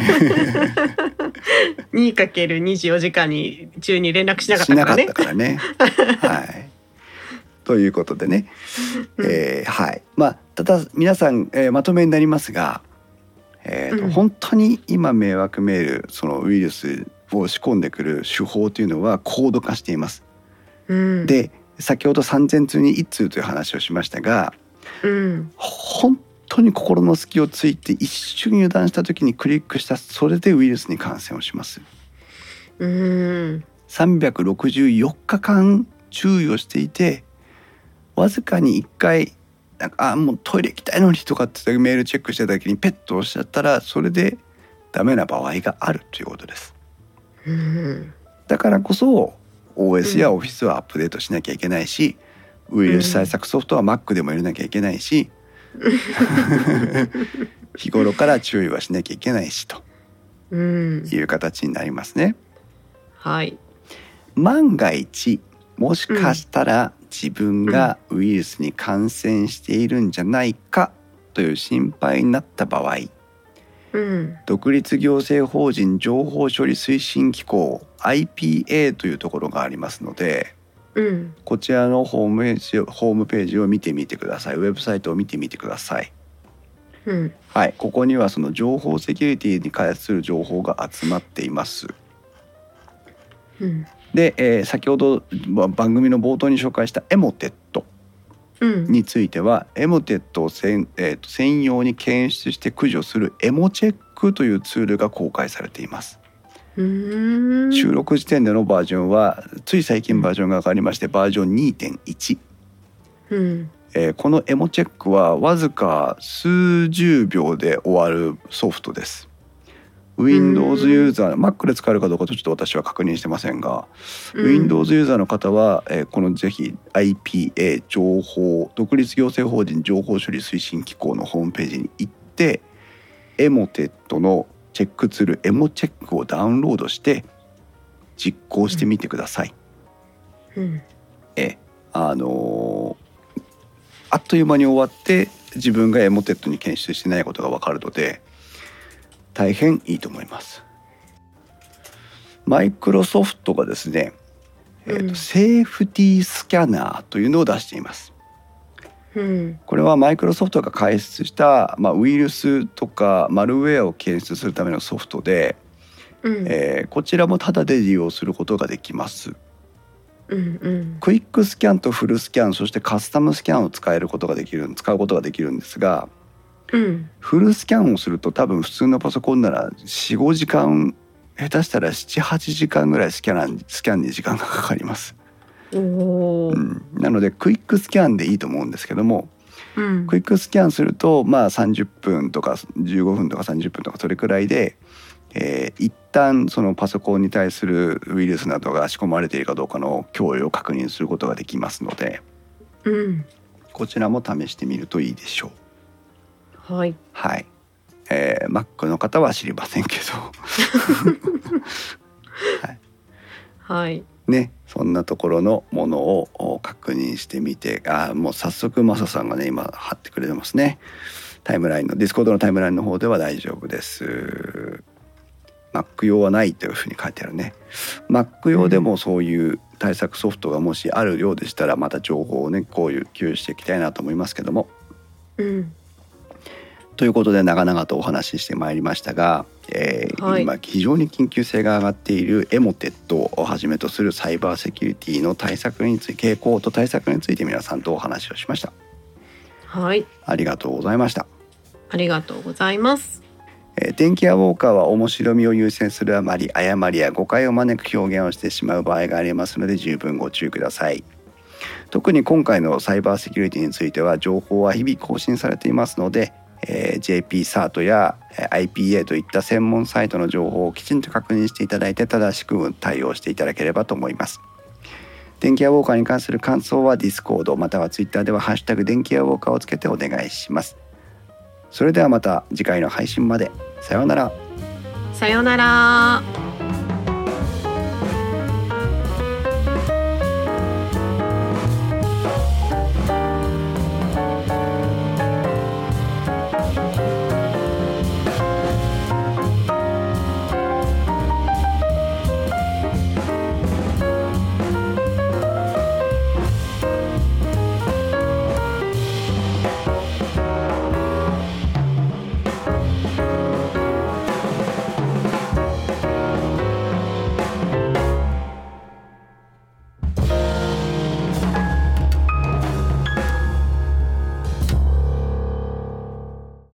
2×24 時間に中に連絡しなかったからね。
しなかったからねはいということでね、はい、まあただ皆さん、まとめになりますが、本当に今迷惑メールそのウイルスを仕込んでくる手法というのは高度化しています、で先ほど3000通に1通という話をしましたが、本当に心の隙をついて一瞬油断した時にクリックしたそれでウイルスに感染をします。364日間注意をしていてわずかに1回なんかもうトイレ行きたいのにとかってメールチェックした時にペットをしちゃったらそれでダメな場合があるということです。だからこそ OS や Office はアップデートしなきゃいけないし、ウイルス対策ソフトは Mac でも入れなきゃいけないし日頃から注意はしなきゃいけないしという形になりますね。
はい。
万が一もしかしたら自分がウイルスに感染しているんじゃないかという心配になった場合、独立行政法人情報処理推進機構 IPA というところがありますので、こちらのホームページを見てみてください。ウェブサイトを見てみてください。はい、ここにはその情報セキュリティに関する情報が集まっています。で、先ほど番組の冒頭に紹介したエモテットについては、エモテットを専用に検出して駆除するエモチェックというツールが公開されています。収録時点でのバージョンはつい最近バージョンが上がりましてバージョン 2.1、このエモチェックはわずか数十秒で終わるソフトです。Windows ユーザー、Mac で使えるかどうかちょっと私は確認してませんが、Windows ユーザーの方は、このぜひ IPA 独立行政法人情報処理推進機構のホームページに行ってエモテットのチェックツールエモチェックをダウンロードして実行してみてください。あっという間に終わって自分がエモテットに検出してないことが分かるので大変いいと思います。マイクロソフトがですね、セーフティースキャナーというのを出しています。これはマイクロソフトが開発した、ウイルスとかマルウェアを検出するためのソフトで、こちらもタダで利用することができます。クイックスキャンとフルスキャンそしてカスタムスキャンを使うことができるんですが、フルスキャンをすると多分普通のパソコンなら 4,5 時間下手したら 7,8 時間ぐらいスキャンに時間がかかります。なのでクイックスキャンでいいと思うんですけども、クイックスキャンすると30分とか15分とか30分とかそれくらいで、一旦そのパソコンに対するウイルスなどが仕込まれているかどうかの脅威を確認することができますので、こちらも試してみるといいでしょう。はい、Mac の方は知りませんけどね、そんなところのものを確認してみて、もう早速マサさんがね今貼ってくれてますね。タイムラインのディスコードのタイムラインの方では大丈夫です。Mac 用はないというふうに書いてあるね。Mac 用でもそういう対策ソフトがもしあるようでしたらまた情報をね共有していきたいなと思いますけども、ということで長々とお話ししてまいりましたが、今非常に緊急性が上がっているエモテットをはじめとするサイバーセキュリティの対策について傾向と対策について皆さんとお話をしました。ありがとうございました。
ありがとうございます。
電気屋ウォーカーは面白みを優先するあまり誤りや誤解を招く表現をしてしまう場合がありますので十分ご注意ください。特に今回のサイバーセキュリティについては情報は日々更新されていますので、JP サートや IPA といった専門サイトの情報をきちんと確認していただいて正しく対応していただければと思います。電気屋ウォーカーに関する感想は Discord または Twitter ではハッシュタグ電気屋ウォーカーをつけてお願いします。それではまた次回の配信まで。さようなら。
さようなら。